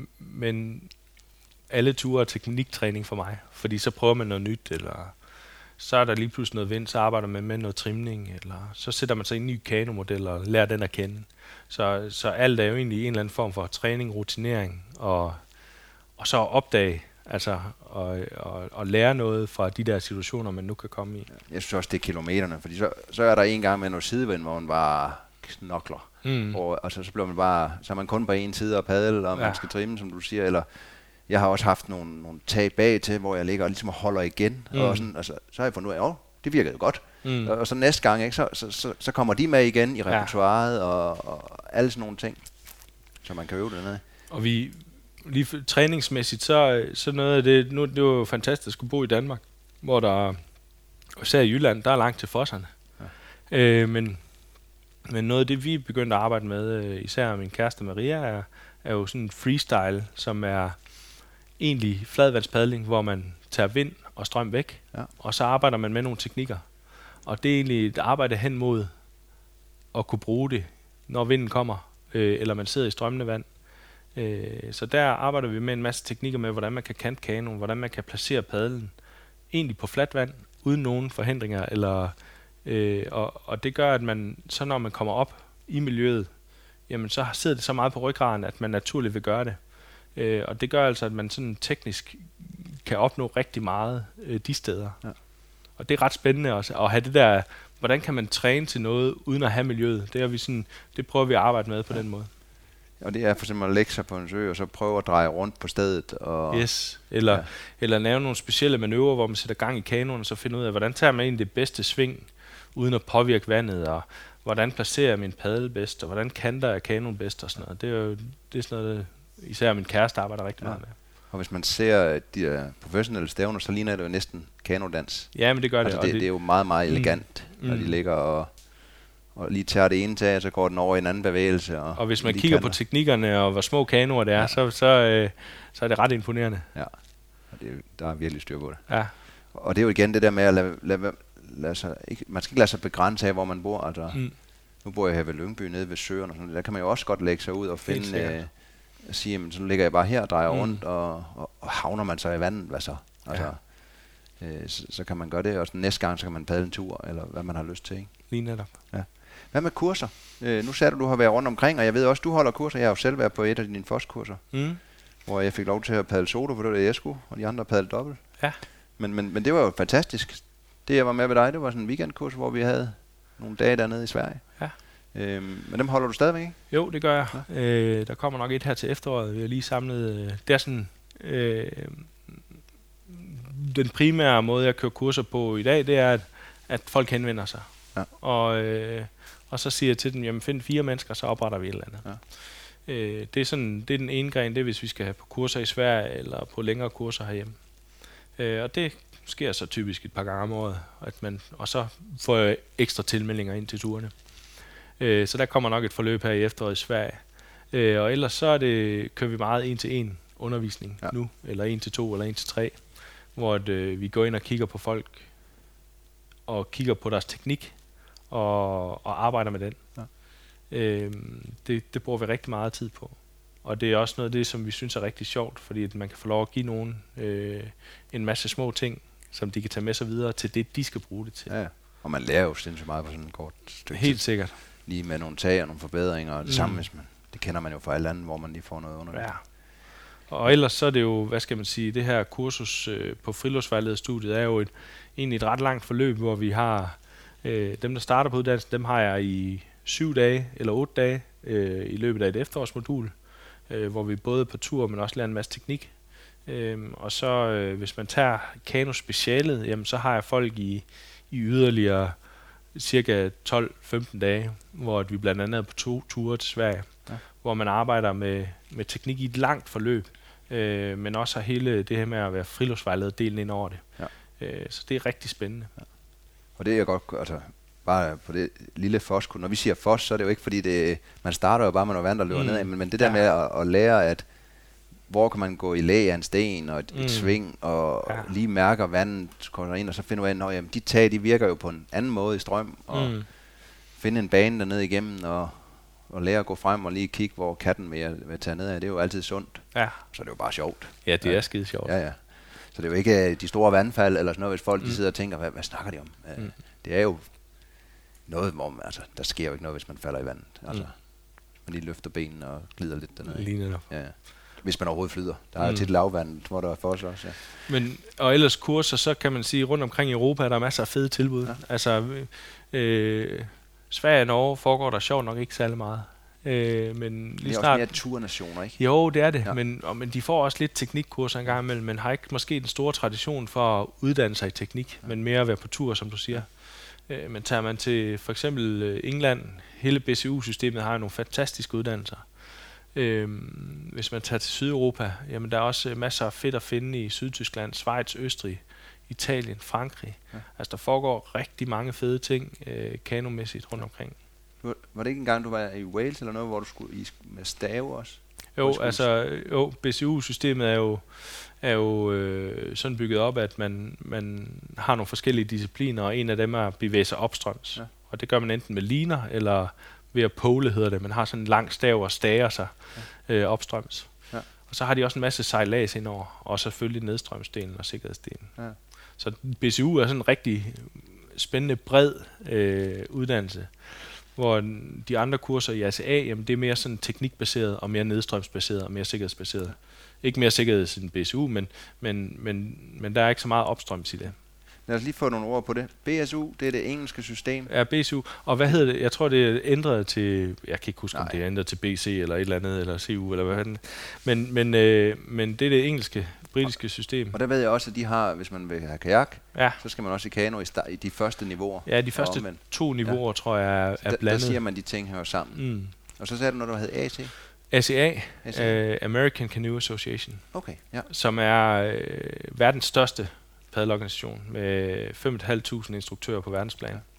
[SPEAKER 2] men alle ture er tekniktræning for mig, fordi så prøver man noget nyt, eller så er der lige pludselig noget vind, så arbejder man med noget trimning, eller så sætter man sig i en ny kanomodel og lærer den at kende. Så, så alt er jo egentlig en eller anden form for træning, rutinering, og, og så opdage, altså og, og, og lære noget fra de der situationer, man nu kan komme i.
[SPEAKER 1] Jeg synes også, det er kilometerne, fordi så, så er der en gang med noget sidevind, hvor man bare knokler. Mm. Og, og så, så bliver man bare, så er man kun på en side og padle, og ja. man skal trimme, som du siger, eller jeg har også haft nogle, nogle tag bag til, hvor jeg ligger og ligesom holder igen, mm. og sådan, altså, så har jeg fundet ud af, åh, det virkede jo godt. Mm. Og, og så næste gang, ikke, så, så, så, så kommer de med igen i repertoireet, ja. og, og alle sådan nogle ting, så man kan øve det ned.
[SPEAKER 2] Og vi, lige træningsmæssigt, så, så noget af det, nu det var jo fantastisk at skulle bo i Danmark, hvor der, især i Jylland, der er langt til fosserne. Ja. Øh, men, men noget af det, vi begyndte at arbejde med, især min kæreste Maria, er, er jo sådan en freestyle, som er egentlig fladvandspadling, hvor man tager vind og strøm væk, ja. og så arbejder man med nogle teknikker. Og det er egentlig et arbejde hen mod at kunne bruge det, når vinden kommer, øh, eller man sidder i strømmende vand. Øh, så der arbejder vi med en masse teknikker med, hvordan man kan kante kanoen, hvordan man kan placere padlen egentlig på fladt vand, uden nogen forhindringer. Eller, øh, og, og det gør, at man, så når man kommer op i miljøet, jamen så sidder det så meget på ryggraden, at man naturligt vil gøre det. Øh, og det gør altså, at man sådan teknisk kan opnå rigtig meget øh, de steder. Ja. Og det er ret spændende også, at have det der, hvordan kan man træne til noget, uden at have miljøet. Det, er vi sådan, det prøver vi at arbejde med på ja. den måde.
[SPEAKER 1] Og det er for eksempel at lægge sig på en sø, og så prøve at dreje rundt på stedet. Og
[SPEAKER 2] yes, eller, ja. eller lave nogle specielle manøvrer, hvor man sætter gang i kanonen, og så finder ud af, hvordan tager man egentlig det bedste sving, uden at påvirke vandet, og hvordan placerer jeg min paddel bedst, og hvordan kanter jeg kanonen bedst, og sådan noget. Det er jo det er sådan noget, især min kæreste arbejder rigtig ja. meget med.
[SPEAKER 1] Og hvis man ser de der professionelle stævner, så ligner det jo næsten kanodans.
[SPEAKER 2] Ja, men det gør
[SPEAKER 1] altså
[SPEAKER 2] det.
[SPEAKER 1] det. Det, det er jo meget, meget elegant, mm. når de ligger og, og lige tager det ene tag, så går den over i en anden bevægelse. Og,
[SPEAKER 2] og hvis man kigger kanter. på teknikkerne og hvor små kanoer det er, ja. så, så, øh, så er det ret imponerende.
[SPEAKER 1] Ja, og det, der er virkelig styr på det.
[SPEAKER 2] Ja.
[SPEAKER 1] Og det er jo igen det der med at lade, lade, lade sig, ikke, man skal ikke lade sig begrænse af, hvor man bor. Altså, mm. Nu bor jeg her ved Lyngby, nede ved søerne, og sådan, der kan man jo også godt lægge sig ud og finde... at sige, jamen, så ligger jeg bare her og drejer mm. rundt, og, og, og havner man så i vandet, hvad så? Altså, ja. øh, så, så kan man gøre det, og så næste gang, så kan man padle en tur, eller hvad man har lyst til, ikke?
[SPEAKER 2] Lige netop.
[SPEAKER 1] Ja. Hvad med kurser? Øh, nu sagde du, du har været rundt omkring, og jeg ved også, du holder kurser. Jeg har jo selv været på et af dine F O S-kurser, mm. hvor jeg fik lov til at padle solo, for det var det, jeg skulle, og de andre padle dobbelt.
[SPEAKER 2] Ja. Men,
[SPEAKER 1] men, men det var jo fantastisk. Det, jeg var med ved dig, det var sådan en weekendkurs, hvor vi havde nogle dage dernede i Sverige. Ja. Øhm, men dem holder du stadigvæk, ikke?
[SPEAKER 2] Jo, det gør jeg. Ja. Øh, der kommer nok et her til efteråret. Vi har lige samlet... Øh, det er sådan... Øh, den primære måde, jeg kører kurser på i dag, det er, at, at folk henvender sig. Ja. Og, øh, og så siger jeg til dem, jamen find fire mennesker, så opretter vi et eller andet. Ja. Øh, det, er sådan, det er den ene gren, det er, hvis vi skal have på kurser i Sverige, eller på længere kurser herhjemme. Øh, og det sker så typisk et par gange om året. At man, og så får jeg ekstra tilmeldinger ind til turene. Øh, så der kommer nok et forløb her i efteråret i Sverige. Øh, og ellers så er det, kører vi meget en til en undervisning ja. nu, eller en til to, eller en til tre, hvor at, øh, vi går ind og kigger på folk, og kigger på deres teknik, og, og arbejder med den. Ja. Øh, det, det bruger vi rigtig meget tid på. Og det er også noget af det, som vi synes er rigtig sjovt, fordi at man kan få lov at give nogen øh, en masse små ting, som de kan tage med sig videre til det, de skal bruge det til.
[SPEAKER 1] Ja, og man lærer jo sindssygt meget på sådan en kort stykke.
[SPEAKER 2] Helt sikkert.
[SPEAKER 1] Lige med nogle tag og nogle forbedringer, og det mm. samme, hvis man, det kender man jo fra alle andre, hvor man lige får noget under.
[SPEAKER 2] Ja. Og ellers så er det jo, hvad skal man sige, det her kursus øh, på friluftsvejlederstudiet er jo et, egentlig et ret langt forløb, hvor vi har, øh, dem der starter på uddannelsen, dem har jeg i syv dage eller otte dage øh, i løbet af et efterårsmodul, øh, hvor vi både på tur, men også lærer en masse teknik. Øh, og så øh, hvis man tager kanospecialet, jamen så har jeg folk i, i yderligere cirka tolv femten dage, hvor vi blandt andet er på to ture til Sverige, ja. hvor man arbejder med, med teknik i et langt forløb, øh, men også har hele det her med at være friluftsvejleder delen ind over det. Ja. Øh, så det er rigtig spændende. Ja.
[SPEAKER 1] Og det er godt, altså bare på det lille F O S, når vi siger F O S, så er det jo ikke fordi, det, man starter jo bare med noget vand, der løber mm. ned, men, men det der ja. med at, at lære, at hvor kan man gå i læ af en sten og et, mm. et sving, og ja. lige mærker vandet, kommer ind, og så finder man ud af, at de tag, de virker jo på en anden måde i strøm, og mm. finde en bane dernede igennem, og, og lære at gå frem og lige kigge, hvor katten vil, vil tage ned af. Det er jo altid sundt. Ja. Så er det jo bare sjovt.
[SPEAKER 2] Ja, det ja. er skide sjovt.
[SPEAKER 1] Ja, ja. Så det er jo ikke de store vandfald eller sådan noget, hvis folk
[SPEAKER 2] mm.
[SPEAKER 1] de sidder og tænker, hvad, hvad snakker de om? Mm. Det er jo noget, hvor man, altså, der sker jo ikke noget, hvis man falder i vandet. Altså, mm. man lige løfter benene og glider lidt dernede.
[SPEAKER 2] Lige netop.
[SPEAKER 1] Ja. Hvis man overhovedet flyder. Der er mm. tit lavvandet, hvor der er for os også. Ja.
[SPEAKER 2] Men, og ellers kurser, så kan man sige, rundt omkring i Europa er der masser af fede tilbud. Ja. Altså, øh, Sverige og Norge foregår der sjovt nok ikke særlig meget. Øh, men lige
[SPEAKER 1] det er
[SPEAKER 2] snart,
[SPEAKER 1] også mere turnationer, ikke?
[SPEAKER 2] Jo, det er det,
[SPEAKER 1] ja.
[SPEAKER 2] men, og, men de får også lidt teknikkurser en gang imellem, men har ikke måske den store tradition for at uddanne sig i teknik, ja. men mere at være på tur, som du siger. Øh, men tager man til for eksempel England, hele B C U-systemet har nogle fantastiske uddannelser. Øh, hvis man tager til Sydeuropa, jamen der er også masser af fedt at finde i Sydtyskland, Schweiz, Østrig, Italien, Frankrig. Ja. Altså der foregår rigtig mange fede ting øh, kanomæssigt rundt omkring.
[SPEAKER 1] Var det ikke engang, du var i Wales eller noget, hvor du skulle i med stave også?
[SPEAKER 2] Jo, altså jo, B C U-systemet er jo, er jo øh, sådan bygget op, at man, man har nogle forskellige discipliner, og en af dem er at bevæge sig opstrøms. Ja. Og det gør man enten med liner, eller ved at pole hedder det. Man har sådan en lang stav og stager sig ja. øh, opstrøms. Ja. Og så har de også en masse sejlads indover, og selvfølgelig nedstrømsdelen og sikkerhedsdelen. Ja. Så B C U er sådan en rigtig spændende, bred øh, uddannelse, hvor de andre kurser i A C A, jamen det er mere sådan teknikbaseret, og mere nedstrømsbaseret, og mere sikkerhedsbaseret. Ikke mere sikkerhed end B C U, men, men, men, men der er ikke så meget opstrøms i det.
[SPEAKER 1] Lad os lige få nogle ord på det. B S U, det er det engelske system.
[SPEAKER 2] Ja, B S U. Og hvad hedder det? Jeg tror, det er ændret til... Jeg kan ikke huske, Nej. om det er ændret til B C eller et eller andet, eller C U, eller hvad det Men, men, øh, men det er det engelske, britiske system.
[SPEAKER 1] Og der ved jeg også, at de har, hvis man vil have kajak,
[SPEAKER 2] ja.
[SPEAKER 1] så skal man også i kano i, start, i de første niveauer.
[SPEAKER 2] Ja, de første to niveauer, ja. tror jeg, er, er blandet.
[SPEAKER 1] Der siger man, de ting hører sammen. Mm. Og så sagde du noget, der hed A C?
[SPEAKER 2] A C A, uh, American Canoe Association,
[SPEAKER 1] okay, ja.
[SPEAKER 2] som er øh, verdens største paddelorganisation med fem tusind fem hundrede instruktører på verdensplan. Ja.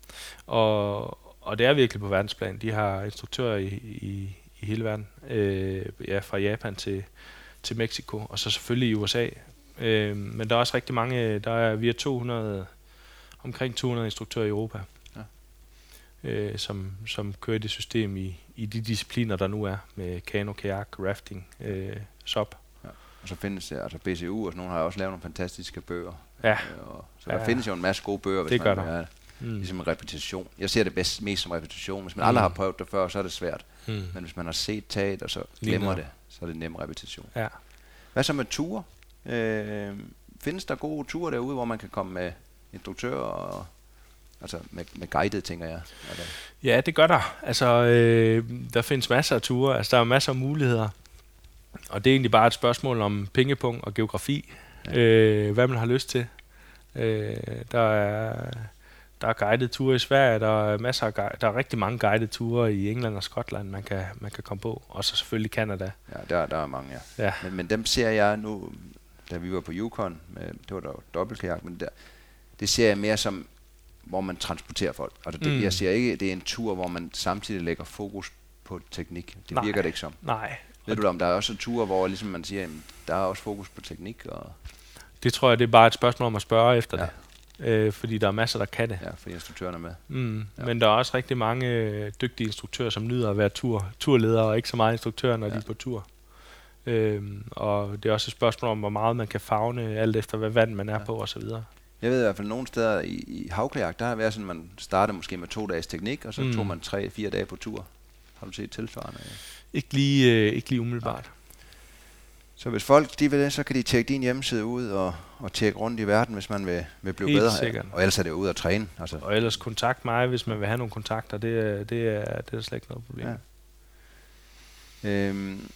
[SPEAKER 2] Og, og det er virkelig på verdensplan. De har instruktører i, i, i hele verden. Øh, ja, fra Japan til, til Mexico, og så selvfølgelig i U S A. Øh, men der er også rigtig mange, der er vi har to hundrede, omkring to hundrede instruktører i Europa, ja. øh, som, som kører det system i, i de discipliner, der nu er, med kano, kajak, rafting, øh, S O P.
[SPEAKER 1] Ja. Og så findes det, altså B C U og sådan nogle har også lavet nogle fantastiske bøger.
[SPEAKER 2] Ja.
[SPEAKER 1] Øh, og, så der ja. findes jo en masse gode bøger, hvis
[SPEAKER 2] det
[SPEAKER 1] man
[SPEAKER 2] vil
[SPEAKER 1] have mm. ligesom en repetition. Jeg ser det bedst, mest som repetition. Hvis man mm. aldrig har prøvet det før, så er det svært. Mm. Men hvis man har set taget, og så glemmer det, så er det nem repetition. Ja. Hvad så med ture? Øh, findes der gode ture derude, hvor man kan komme med instruktører og altså med, med guided, tænker jeg? Eller?
[SPEAKER 2] Ja, det gør der. Altså, øh, der findes masser af ture. Altså, der er masser af muligheder. Og det er egentlig bare et spørgsmål om pengepung og geografi. Ja. Øh, hvad man har lyst til. Øh, der er der er guided ture i Sverige. Der er masser af guide, der er rigtig mange guided ture i England og Skotland, man kan man kan komme på. Og så selvfølgelig Canada.
[SPEAKER 1] Ja, der der er mange, ja. ja. Men, men dem ser jeg nu, da vi var på Yukon, med, det var der jo dobbeltkajak, men der, det ser jeg mere som, hvor man transporterer folk. Altså det, mm. jeg ser ikke, det er en tur, hvor man samtidig lægger fokus på teknik. Det
[SPEAKER 2] Nej.
[SPEAKER 1] virker det ikke som.
[SPEAKER 2] Nej.
[SPEAKER 1] Ved du om der er også ture, hvor ligesom man siger, jamen, der er også fokus på teknik? Og
[SPEAKER 2] det tror jeg, det er bare et spørgsmål om at spørge efter ja. det. Øh, fordi der er masser, der kan det.
[SPEAKER 1] Ja, fordi instruktørerne er med.
[SPEAKER 2] Mm, ja. Men der er også rigtig mange øh, dygtige instruktører, som nyder at være tur, turledere, og ikke så meget instruktører, når ja. de er på tur. Øhm, og det er også et spørgsmål om, hvor meget man kan favne, alt efter hvad vand man er ja. på, og så videre.
[SPEAKER 1] Jeg ved i hvert fald, nogle steder i, i havkajak, der har været sådan, man starter måske med to dages teknik, og så mm. tog man tre, fire dage på tur. Har du set tilsvarende?
[SPEAKER 2] Ikke lige, øh, ikke lige umiddelbart. Ja.
[SPEAKER 1] Så hvis folk de vil det, så kan de tjekke din hjemmeside ud og, og tjekke rundt i verden, hvis man vil, vil blive
[SPEAKER 2] Helt
[SPEAKER 1] bedre.
[SPEAKER 2] Sikkert.
[SPEAKER 1] Og ellers er det jo ud at træne. Altså.
[SPEAKER 2] Og ellers kontakt mig, hvis man vil have nogle kontakter. Det er, det er, det er slet ikke noget problem.
[SPEAKER 1] Ja. Øhm.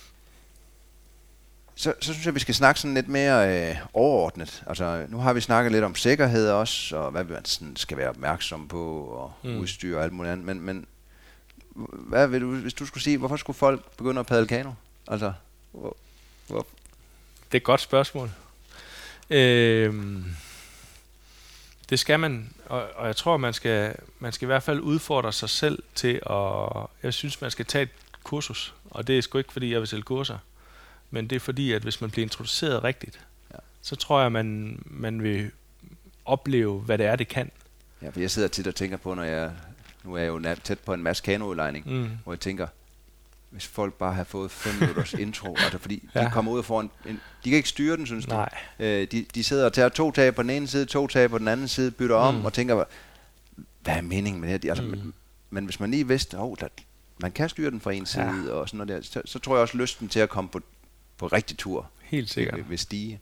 [SPEAKER 1] Så, så synes jeg, vi skal snakke sådan lidt mere øh, overordnet. Altså, nu har vi snakket lidt om sikkerhed også, og hvad man sådan skal være opmærksom på, og mm. udstyr og alt muligt andet. Men, men hvad vil du, hvis du skulle sige, hvorfor skulle folk begynde at padle kano? Altså, hvor, hvor?
[SPEAKER 2] Det er et godt spørgsmål. Øhm, det skal man, og, og jeg tror, man skal, man skal i hvert fald udfordre sig selv til at... Jeg synes, man skal tage et kursus, og det er sgu ikke, fordi jeg vil sælge kurser. Men det er fordi, at hvis man bliver introduceret rigtigt, ja. så tror jeg, man man vil opleve, hvad det er, det kan.
[SPEAKER 1] Ja, for jeg sidder tit og tænker på, når jeg... Nu er jeg jo tæt på en masse kanoudlejning, mm. hvor jeg tænker, hvis folk bare har fået fem minutters intro, altså fordi ja. de kommer ud og får en, en, de kan ikke styre den, synes
[SPEAKER 2] Nej.
[SPEAKER 1] de. Øh, de. De sidder og tager to tag på den ene side, to tag på den anden side, bytter om
[SPEAKER 2] mm.
[SPEAKER 1] og tænker, hvad er meningen med det her? Altså,
[SPEAKER 2] mm.
[SPEAKER 1] men, men hvis man lige vidste, oh, der, man kan styre den fra en side, ja. og sådan noget der, så, så tror jeg også lysten til at komme på, på rigtig tur.
[SPEAKER 2] Helt sikkert.
[SPEAKER 1] Vil, vil stige.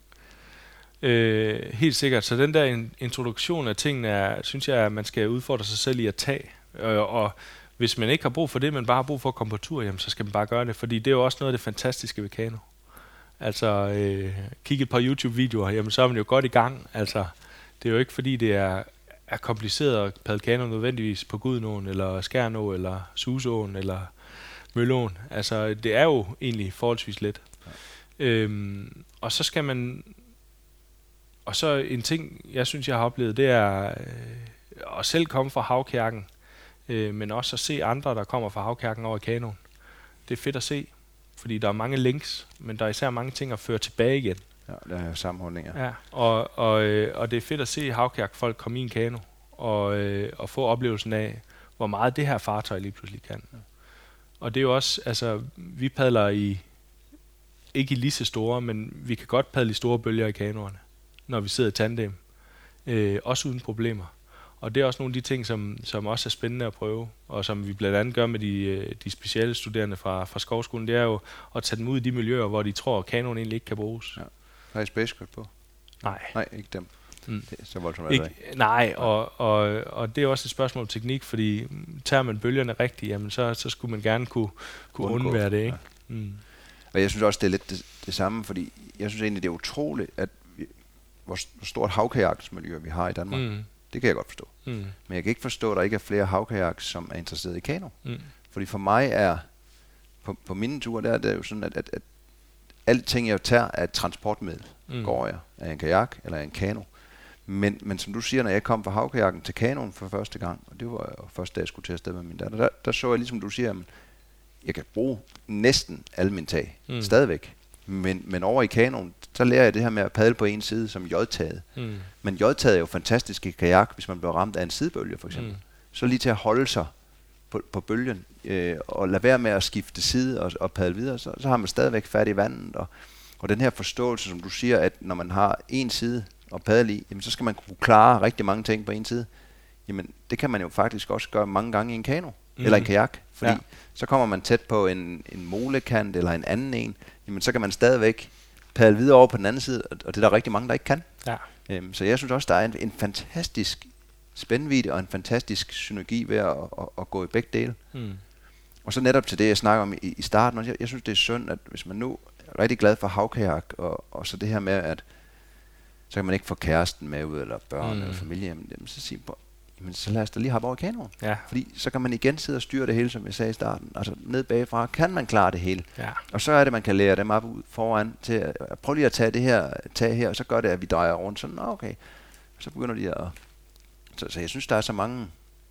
[SPEAKER 2] Øh, helt sikkert. Så den der in- introduktion af tingene, er, synes jeg, at man skal udfordre sig selv i at tage. Øh, og hvis man ikke har brug for det, men bare har brug for at komme på tur, jamen, så skal man bare gøre det. Fordi det er jo også noget af det fantastiske ved kano. Altså, øh, kigge et par YouTube-videoer, jamen, så er man jo godt i gang. Altså, det er jo ikke fordi, det er, er kompliceret at padle kano nødvendigvis på Gudenåen, eller Skjernå, eller Susåen, eller Mølleåen. Altså, det er jo egentlig forholdsvis let. Ja. Øhm, og så skal man... Og så en ting, jeg synes, jeg har oplevet, det er øh, at selv komme fra havkærken, øh, men også at se andre, der kommer fra havkærken over i kanoen. Det er fedt at se, fordi der er mange links, men der er især mange ting at føre tilbage igen.
[SPEAKER 1] Ja, der er sammenholdninger.
[SPEAKER 2] Ja, og, og, øh, og det er fedt at se havkærkfolk komme i en kano, og, øh, og få oplevelsen af, hvor meget det her fartøj lige pludselig kan. Ja. Og det er jo også, altså, vi padler i, ikke i lige så store, men vi kan godt padle i store bølger i kanoerne, når vi sidder i tandem, øh, også uden problemer. Og det er også nogle af de ting, som, som også er spændende at prøve, og som vi blandt andet gør med de, de specielle studerende fra, fra Skovskolen, det er jo at tage dem ud i de miljøer, hvor de tror, at kanoen egentlig ikke kan bruges. Ja.
[SPEAKER 1] Har I spacecut på?
[SPEAKER 2] Nej.
[SPEAKER 1] Nej, ikke dem. Mm. Det er så voldsomt
[SPEAKER 2] ikke, nej, og, og, og det er også et spørgsmål om teknik, fordi tager man bølgerne rigtigt, jamen så, så skulle man gerne kunne, kunne undvære det, ikke? Ja. Mm.
[SPEAKER 1] Og jeg synes også, det er lidt det, det samme, fordi jeg synes egentlig, det er utroligt, at vi, hvor, hvor stort havkajaksmiljø vi har i Danmark. Mm. Det kan jeg godt forstå. Mm. Men jeg kan ikke forstå, at der ikke er flere havkajaks, som er interesseret i kano. Mm. Fordi for mig er, på, på mine ture, der er det jo sådan, at, at, at alting jeg tager er et transportmiddel. Mm. Går jeg af en kajak eller af en kano. Men, men som du siger, når jeg kom fra havkajakken til kanoen for første gang, og det var jo første dag, jeg skulle til at sted med min datter, der, der så jeg ligesom du siger, at jeg kan bruge næsten alle mine tag, mm. stadigvæk. Men, men over i kanoen, så lærer jeg det her med at padle på en side som J-taget. Mm. Men J-taget er jo fantastisk i kajak, hvis man bliver ramt af en sidebølge for eksempel. Mm. Så lige til at holde sig på, på bølgen, øh, og lade være med at skifte side og, og padle videre, så, så har man stadigvæk fat i vandet. Og, og den her forståelse, som du siger, at når man har en side at padle i, jamen, så skal man kunne klare rigtig mange ting på en side. Jamen, det kan man jo faktisk også gøre mange gange i en kano, mm. eller en kajak. Fordi ja. så kommer man tæt på en, en molekant eller en anden en, jamen så kan man stadigvæk padle videre over på den anden side, og det er der rigtig mange, der ikke kan. Ja. Øhm, så jeg synes også, der er en, en fantastisk spændvidde og en fantastisk synergi ved at, at, at gå i begge dele. Mm. Og så netop til det, jeg snakker om i, i starten, og jeg, jeg synes, det er synd, at hvis man nu er rigtig glad for havkajak, og, og så det her med, at så kan man ikke få kæresten med ud, eller børn mm. eller familie, jamen, så siger man, men så lad os da lige hoppe over i kanoen. Ja. Fordi så kan man igen sidde og styre det hele, som jeg sagde i starten. Altså ned bagfra kan man klare det hele. Ja. Og så er det, man kan lære dem op ud foran til at, at prøve lige at tage det her, tage her, og så gør det, at vi drejer rundt. Sådan, okay. Så begynder de at... Så, så jeg synes, der er så mange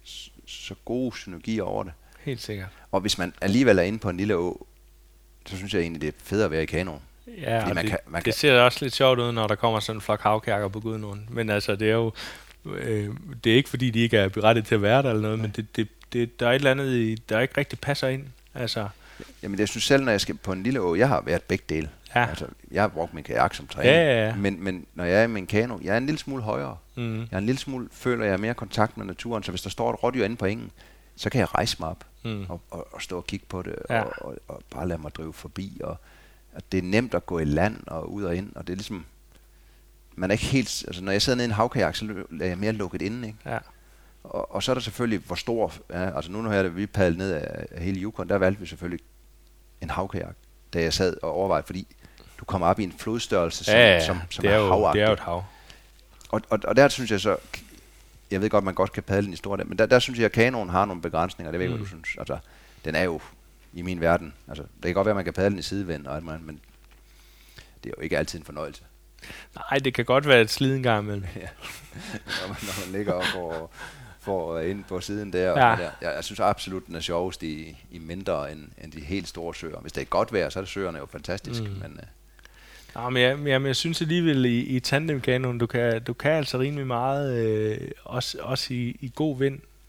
[SPEAKER 1] så gode synergier over det.
[SPEAKER 2] Helt sikkert.
[SPEAKER 1] Og hvis man alligevel er inde på en lille å, så synes jeg egentlig, det er fedt at være i kanoen.
[SPEAKER 2] Ja, man det, kan, man det kan ser også lidt sjovt ud, når der kommer sådan en flok havkærker på Gudenåen. Men altså, det er jo... Øh, det er ikke fordi, de ikke er berettet til at være der eller noget, men det, det, det, der er et eller andet, i, der ikke rigtig passer ind. Altså.
[SPEAKER 1] Jamen jeg synes selv, når jeg skal på en lille å, jeg har været begge dele. Ja. Altså, jeg har brugt min kajak som træning,
[SPEAKER 2] ja, ja, ja.
[SPEAKER 1] Men, men når jeg er i min kano, jeg er en lille smule højere. Mm. Jeg er en lille smule, føler jeg mere kontakt med naturen, så hvis der står et rådyr inde på engen, så kan jeg rejse mig op mm. og, og, og stå og kigge på det, ja. og, og, og bare lade mig drive forbi. Og, og det er nemt at gå i land og ud og ind, og det er ligesom... Man er ikke helt, altså når jeg sidder nede i en havkajak, så er jeg mere lukket inde, ikke? Ja. Og, og så er der selvfølgelig, hvor stor, ja, altså nu når jeg, vi padlet ned af, af hele Yukon, der valgte vi selvfølgelig en havkajak, da jeg sad og overvejede, fordi du kommer op i en flodstørrelse, som,
[SPEAKER 2] ja, ja,
[SPEAKER 1] som, som
[SPEAKER 2] det er,
[SPEAKER 1] er
[SPEAKER 2] jo,
[SPEAKER 1] havagtigt.
[SPEAKER 2] Det er jo et hav.
[SPEAKER 1] Og, og, og der synes jeg så, jeg ved godt, man godt kan padle den i store, men der, der synes jeg, at kanoen har nogle begrænsninger, det ved jeg, mm. hvad du synes. Altså, den er jo i min verden, altså det kan godt være, at man kan padle den i sidevind, og, men det er jo ikke altid en fornøjelse.
[SPEAKER 2] Nej, det kan godt være et slid en gang imellem. Ja.
[SPEAKER 1] når, man, når man ligger op og får ind på siden der. Ja. Og der. Jeg, jeg synes absolut, den er sjovest i, i mindre end, end de helt store søer. Hvis det er godt vejr, så er det søerne jo fantastisk. Mm. Men, uh...
[SPEAKER 2] Nå, men, jeg, men jeg synes alligevel i, i tandemkanoen, du kan, du kan altså rimelig meget, øh, også, også i, i god vind.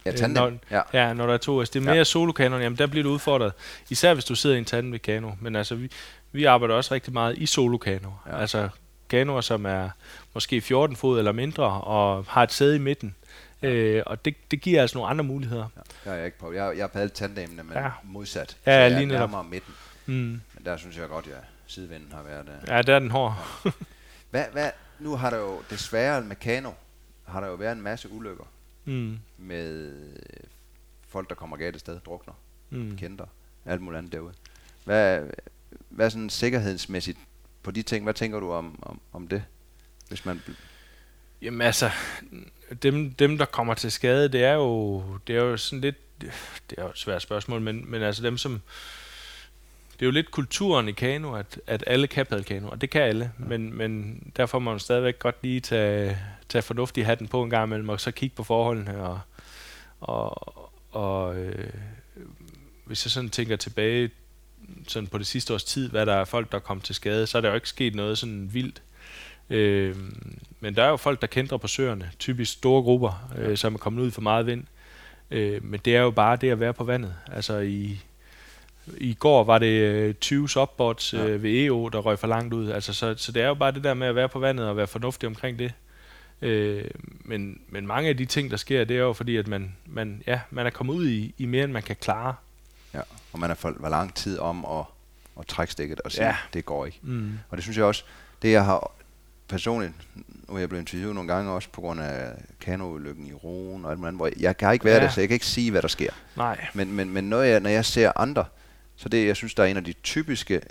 [SPEAKER 1] Ja, tandem.
[SPEAKER 2] Når,
[SPEAKER 1] ja.
[SPEAKER 2] ja, når der er to. Altså, det er mere
[SPEAKER 1] ja.
[SPEAKER 2] solokanoen, jamen der bliver du udfordret. Især hvis du sidder i en tandem ved kano. Men altså, vi, vi arbejder også rigtig meget i solokano. Ja. Altså kanoer, som er måske fjorten fod eller mindre, og har et sæde i midten. Ja. Øh, og det, det giver altså nogle andre muligheder.
[SPEAKER 1] Ja, jeg er ikke på. Jeg, jeg har padlet tandemene, men
[SPEAKER 2] ja.
[SPEAKER 1] modsat.
[SPEAKER 2] Ja,
[SPEAKER 1] så jeg
[SPEAKER 2] lige
[SPEAKER 1] er nærmere midten.
[SPEAKER 2] Mm.
[SPEAKER 1] Men der synes jeg godt, at ja, sidevinden har været... Uh...
[SPEAKER 2] Ja, der er den hård.
[SPEAKER 1] hvad, hvad, nu har der jo desværre med kano, har der jo været en masse ulykker. Mm. Med folk, der kommer galt af sted, drukner, mm. kender, alt muligt andet derude. Hvad, hvad er sådan sikkerhedsmæssigt på de ting? Hvad tænker du om, om, om det? Hvis man...
[SPEAKER 2] Jamen altså, dem, dem der kommer til skade, det er jo, det er jo sådan lidt, det er jo et svært spørgsmål, men, men altså dem som, det er jo lidt kulturen i kano, at, at alle kan padle kano, og det kan alle, ja. men, men derfor må man stadigvæk godt lige tage, tage fornuftig hatten på en gang imellem, og så kigge på forholdene, og, og, og øh, hvis jeg sådan tænker tilbage sådan på det sidste års tid, hvad der er folk, der er kommet til skade, så er der jo ikke sket noget sådan vildt. Øh, men der er jo folk, der kender på søerne, typisk store grupper, øh, som er kommet ud for meget vind. Øh, men det er jo bare det at være på vandet. Altså i, i går var det øh, tyve softboards øh, ja. ved E O, der røg for langt ud. Altså, så, så det er jo bare det der med at være på vandet og være fornuftig omkring det. Øh, men, men mange af de ting, der sker, det er jo fordi, at man, man, ja, man er kommet ud i, i mere, end man kan klare.
[SPEAKER 1] Ja, og man har fået hvor lang tid om at, at trække stikket og sige, ja. det går ikke. Mm. Og det synes jeg også, det jeg har personligt, nu er jeg blevet interviewet nogle gange også på grund af kanoulykken i Rouen og alt muligt, hvor jeg kan ikke være ja. det, så jeg kan ikke sige, hvad der sker.
[SPEAKER 2] Nej.
[SPEAKER 1] Men, men, men når jeg, når jeg ser andre, så det, jeg synes, der er en af de typiske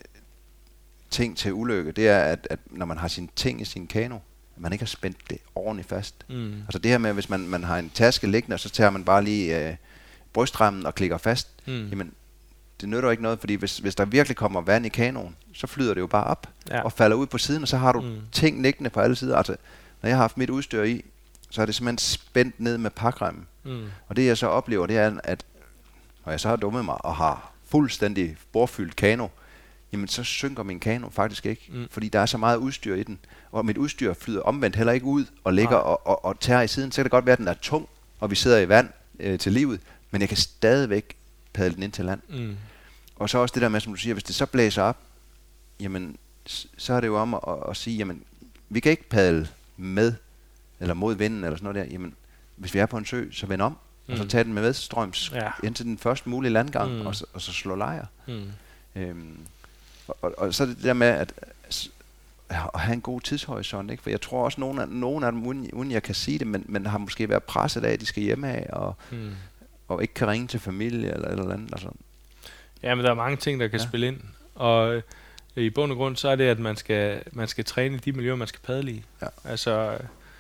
[SPEAKER 1] ting til ulykke, det er, at, at når man har sine ting i sin kano, at man ikke har spændt det ordentligt fast. Mm. Altså det her med, hvis man, man har en taske liggende, så tager man bare lige øh, brystrammen og klikker fast, mm. jamen, det nytter ikke noget, fordi hvis, hvis der virkelig kommer vand i kanoen, så flyder det jo bare op ja. og falder ud på siden, og så har du mm. ting liggende på alle sider. Altså, når jeg har haft mit udstyr i, så er det simpelthen spændt ned med pakremmen. Mm. Og det jeg så oplever, det er, at når jeg så har dummet mig og har fuldstændig bordfyldt kano, jamen så synker min kano faktisk ikke, mm. fordi der er så meget udstyr i den. Og mit udstyr flyder omvendt heller ikke ud og ligger ja. og, og, og tager i siden. Så kan det godt være, at den er tung, og vi sidder i vand øh, til livet, men jeg kan stadigvæk padle den ind til land. Mm. Og så også det der med, som du siger, hvis det så blæser op, jamen, så er det jo om at, at sige, jamen, vi kan ikke padle med, eller mod vinden, eller sådan noget der. Jamen, hvis vi er på en sø, så vend om, mm. og så tage den med vedstrøms ja. indtil den første mulige landgang, mm. og, så, og så slå lejr. Mm. Øhm, og, og, og så er det det der med, at, at have en god tidshorisont, ikke? For jeg tror også, at nogle af, nogle af dem, uden, uden jeg kan sige det, men, men har måske været presset af, at de skal hjemme af, og, mm. og ikke kan ringe til familie, eller eller andet, altså.
[SPEAKER 2] Ja, men der er mange ting, der kan ja. spille ind, og øh, i bund og grund, så er det, at man skal, man skal træne i de miljøer, man skal padle i. Ja. Altså,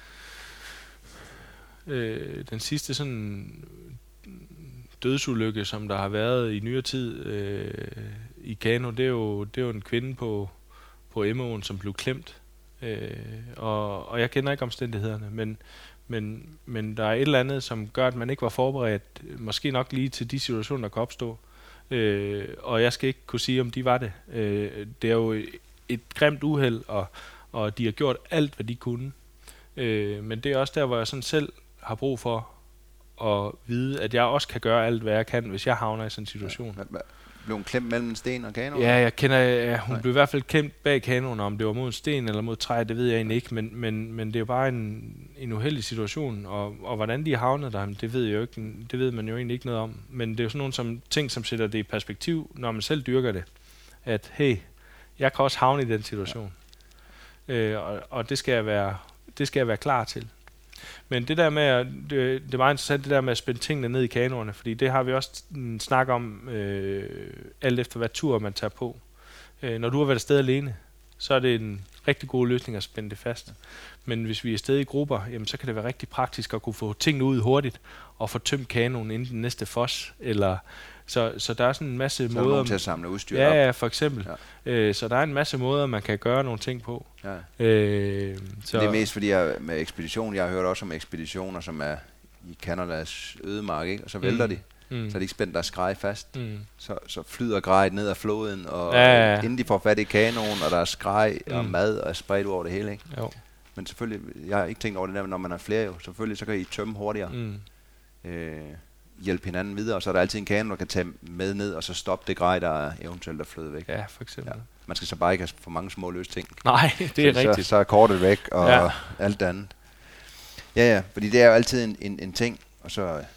[SPEAKER 2] øh, den sidste sådan dødsulykke, som der har været i nyere tid øh, i kano, det er jo, det er jo en kvinde på, på M O'en, som blev klemt. Øh, og, og jeg kender ikke omstændighederne, men, men, men der er et eller andet, som gør, at man ikke var forberedt, måske nok lige til de situationer, der kan opstå. Øh, og jeg skal ikke kunne sige, om de var det. Øh, det er jo et grimt uheld, og, og de har gjort alt, hvad de kunne. Øh, men det er også der, hvor jeg sådan selv har brug for at vide, at jeg også kan gøre alt, hvad jeg kan, hvis jeg havner i sådan en situation.
[SPEAKER 1] Ja, blev hun klemt mellem en sten og kanoen?
[SPEAKER 2] Ja, jeg kender, ja, hun Nej. blev i hvert fald klemt bag kanonen, om det var mod en sten eller mod træ, det ved jeg egentlig ikke, men, men, men det er jo bare en, en uheldig situation, og, og hvordan de har havnet der, det ved, jeg jo ikke, det ved man jo egentlig ikke noget om, men det er jo sådan nogle som, ting, som sætter det i perspektiv, når man selv dyrker det, at hey, jeg kan også havne i den situation, ja. øh, og, og det skal jeg være, det skal jeg være klar til. Men det der med, at, det, det er meget interessant, det der med at spænde tingene ned i kanoerne, fordi det har vi også en snak om, øh, alt efter hvad tur man tager på. Øh, når du har været afsted alene, så er det en rigtig god løsning at spænde det fast. Men hvis vi er afsted i grupper, jamen, så kan det være rigtig praktisk at kunne få tingene ud hurtigt, og få tømt kanonen inden den næste fos, eller... Så, så der er sådan en masse
[SPEAKER 1] så
[SPEAKER 2] måder...
[SPEAKER 1] Så til at samle udstyr
[SPEAKER 2] ja,
[SPEAKER 1] op.
[SPEAKER 2] Ja, for eksempel. Ja. Øh, så der er en masse måder, man kan gøre nogle ting på. Ja. Øh,
[SPEAKER 1] så det er mest fordi, jeg med ekspedition, jeg har hørt også om ekspeditioner, som er i Canadas ødemark, ikke? Og så vælter mm. de, mm. så er de ikke spændt deres grej fast. Mm. Så, så flyder grejet ned ad floden, og
[SPEAKER 2] ja, ja, ja.
[SPEAKER 1] inden de får fat i kanonen, og der er skrej mm. og mad, og er spredt over det hele, ikke?
[SPEAKER 2] Jo.
[SPEAKER 1] Men selvfølgelig, jeg har ikke tænkt over det der, når man er flere jo, selvfølgelig, så kan I tømme hurtigere. Mm. øh, hjælpe hinanden videre, og så er der altid en kano, der kan tage med ned, og så stoppe det grej, der er eventuelt er flødet væk.
[SPEAKER 2] Ja, for eksempel. Ja.
[SPEAKER 1] Man skal så bare ikke have for mange små løse ting.
[SPEAKER 2] Nej, det er
[SPEAKER 1] så,
[SPEAKER 2] rigtigt.
[SPEAKER 1] Så, så er kortet væk, og
[SPEAKER 2] ja.
[SPEAKER 1] alt det andet. Ja, ja, fordi det er jo altid en, en, en ting, og så, og,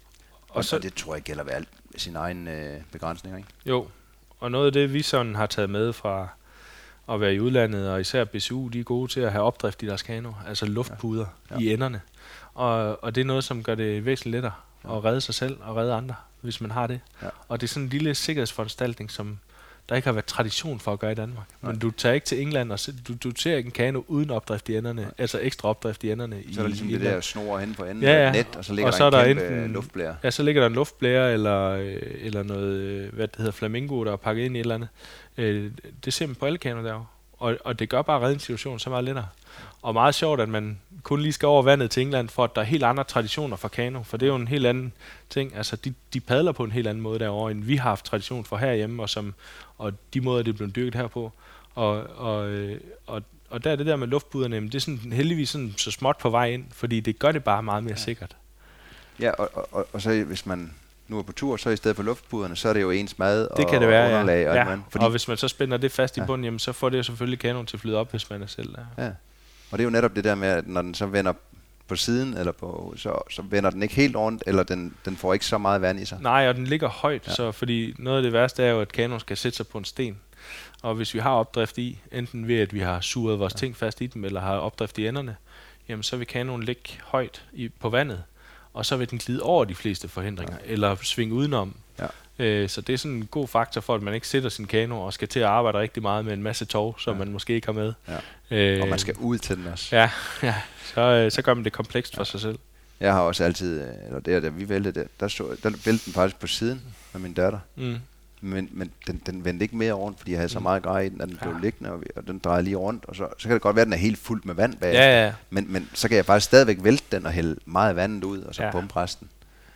[SPEAKER 1] og så det tror jeg gælder ved alt sine egne øh, begrænsninger, ikke?
[SPEAKER 2] Jo, og noget af det, vi sådan har taget med fra at være i udlandet, og især B C U, de er gode til at have opdrift i deres kano, altså luftpuder ja. Ja. i enderne. Og, og det er noget, som gør det væsentligt lettere ja. at redde sig selv og redde andre, hvis man har det. Ja. Og det er sådan en lille sikkerhedsforanstaltning, som der ikke har været tradition for at gøre i Danmark. Nej. Men du tager ikke til England, og du, du tager ikke en kano uden opdrift i enderne, Nej. altså ekstra opdrift i enderne.
[SPEAKER 1] Så er der ligesom
[SPEAKER 2] i
[SPEAKER 1] det der snor hen på enden
[SPEAKER 2] ja, ja.
[SPEAKER 1] af et net, og så ligger
[SPEAKER 2] og
[SPEAKER 1] der
[SPEAKER 2] så
[SPEAKER 1] en
[SPEAKER 2] der
[SPEAKER 1] kæmpe
[SPEAKER 2] enten,
[SPEAKER 1] luftblære.
[SPEAKER 2] Ja, så ligger der en luftblære, eller, eller noget, hvad det hedder, flamingo, der er pakket ind i et eller andet. Øh, det ser man på alle kanoer derovre. Og, og det gør bare redningssituationen så meget lettere. Og meget sjovt, at man kun lige skal over vandet til England, for at der er helt andre traditioner for kano. For det er jo en helt anden ting. Altså, de, de padler på en helt anden måde derovre, end vi har haft tradition for herhjemme, og, som, og de måder, det er blevet dyrket herpå. Og, og, og, og der er det der med luftpuderne, det er sådan, heldigvis sådan, så småt på vej ind, fordi det gør det bare meget mere ja. sikkert.
[SPEAKER 1] Ja, og, og, og så hvis man nu er på tur, så i stedet for luftpuderne, så er det jo ens mad
[SPEAKER 2] det
[SPEAKER 1] og
[SPEAKER 2] kan det være,
[SPEAKER 1] underlag.
[SPEAKER 2] Ja.
[SPEAKER 1] Og,
[SPEAKER 2] ja.
[SPEAKER 1] man,
[SPEAKER 2] fordi og hvis man så spænder det fast i
[SPEAKER 1] ja.
[SPEAKER 2] bunden, jamen, så får det jo selvfølgelig kanonen til at flyde op, hvis man er selv der.
[SPEAKER 1] Ja, og det er jo netop det der med, at når den så vender på siden, eller på, så, så vender den ikke helt rundt, eller den, den får ikke så meget vand i sig.
[SPEAKER 2] Nej, og den ligger højt, ja. så fordi noget af det værste er jo, at kanonen skal sætte sig på en sten. Og hvis vi har opdrift i, enten ved at vi har suget vores ja. ting fast i dem, eller har opdrift i enderne, jamen så vil kanonen ligge højt i, på vandet, og så vil den glide over de fleste forhindringer, ja. eller svinge udenom. Ja. Øh, så det er sådan en god faktor for, at man ikke sætter sin kano og skal til at arbejde rigtig meget med en masse tov, som ja. man måske ikke har med.
[SPEAKER 1] Ja. Øh, og man skal ud til den også.
[SPEAKER 2] Ja, ja. Så, øh, så gør man det komplekst ja. for sig selv.
[SPEAKER 1] Jeg har også altid, eller der, da vi væltede det, der, så, der vælte den faktisk på siden af min datter. Mm. Men, men den, den vendte ikke mere rundt, fordi jeg havde så meget grej i den, at den ja. blev liggende, og, og den drejede lige rundt. Og så, så kan det godt være, at den er helt fuld med vand bagefter.
[SPEAKER 2] Ja, ja.
[SPEAKER 1] Men, men så kan jeg faktisk stadigvæk vælte den og hælde meget vandet ud, og så ja. pumpe resten.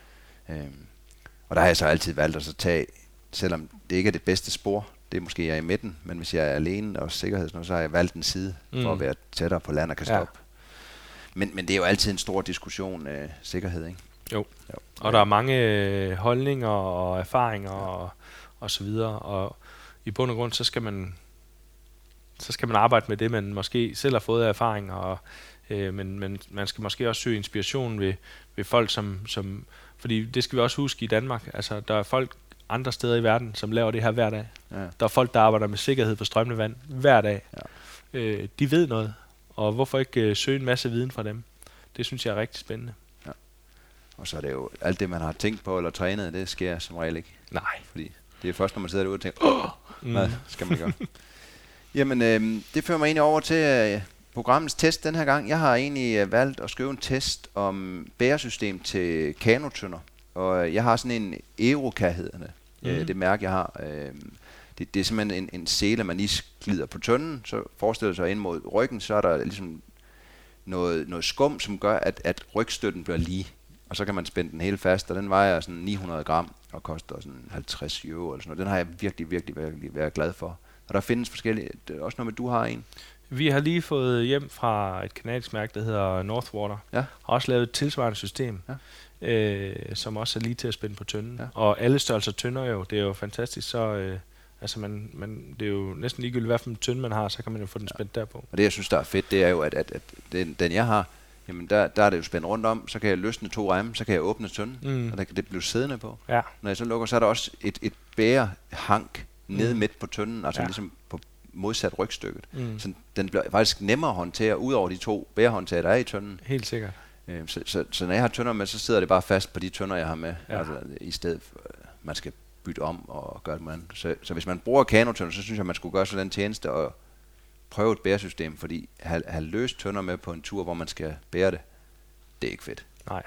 [SPEAKER 1] Øhm, og der har jeg så altid valgt at så tage, selvom det ikke er det bedste spor, det er måske jeg er i midten, men hvis jeg er alene og sikkerhedsnød, så har jeg valgt en side, mm. for at være tættere på land og kan stoppe. Ja. Men, men det er jo altid en stor diskussion af øh, sikkerhed, ikke?
[SPEAKER 2] Jo. jo. Og der er mange øh, holdninger og erfaringer ja. og, og så videre, og i bund og grund, så skal man så skal man arbejde med det, man måske selv har fået af erfaring, og, øh, men, men man skal måske også søge inspiration ved, ved folk, som, som, fordi det skal vi også huske i Danmark, altså der er folk andre steder i verden, som laver det her hver dag. Ja. Der er folk, der arbejder med sikkerhed på strømmende vand hver dag. Ja. Øh, de ved noget, og hvorfor ikke øh, søge en masse viden fra dem? Det synes jeg er rigtig spændende.
[SPEAKER 1] Ja. Og så er det jo alt det, man har tænkt på eller trænet, det sker som regel ikke.
[SPEAKER 2] Nej.
[SPEAKER 1] Fordi det er først, når man sidder derude og tænker, åh, mm. hvad skal man gøre? Jamen, øh, det fører mig egentlig over til øh, programmets test den her gang. Jeg har egentlig øh, valgt at skrive en test om bæresystem til kanotønder. Og øh, jeg har sådan en Euroka, hedder det. Mm. Øh, det mærke, jeg har. Øh, det, det er simpelthen en, en sele, man lige glider på tønden. Så forestiller sig ind mod ryggen, så er der ligesom noget, noget skum, som gør, at, at rygstøtten bliver lige. Og så kan man spænde den helt fast, og den vejer sådan ni hundrede gram og koster sådan halvtreds euro eller sådan noget. Den har jeg virkelig, virkelig, virkelig været glad for. Og der findes forskellige, også noget med, du har en.
[SPEAKER 2] Vi har lige fået hjem fra et kanadisk mærke, der hedder Northwater. Ja. Har også lavet et tilsvarende system, ja. øh, som også er lige til at spænde på tønden. Ja. Og alle størrelser tønder jo, det er jo fantastisk. Så øh, altså man, man, det er jo næsten ligegyldigt, hvad for en tønde man har, så kan man jo få den ja. spændt derpå. Og
[SPEAKER 1] det, jeg synes, der er fedt, det er jo, at, at, at den, den jeg har, jamen der, der er det jo spændt rundt om, så kan jeg løsne to remme, så kan jeg åbne tønden, mm. og der kan det blive siddende på. Ja. Når jeg så lukker, så er der også et, et bærehank mm. nede midt på tønden, altså ja. ligesom på modsat rygstykket. Mm. Så den bliver faktisk nemmere at håndtere, ud over de to bærehåndtager, der er i tønden.
[SPEAKER 2] Helt sikkert.
[SPEAKER 1] Øh, så, så, så når jeg har tønder med, så sidder det bare fast på de tønder, jeg har med, ja. altså, i stedet for, man skal bytte om og gøre det med andet. Så, så hvis man bruger kanotønder, så synes jeg, man skulle gøre sådan en tjeneste og prøve et bæresystem, fordi at have, have løst tønder med på en tur, hvor man skal bære det, det er ikke fedt.
[SPEAKER 2] Nej.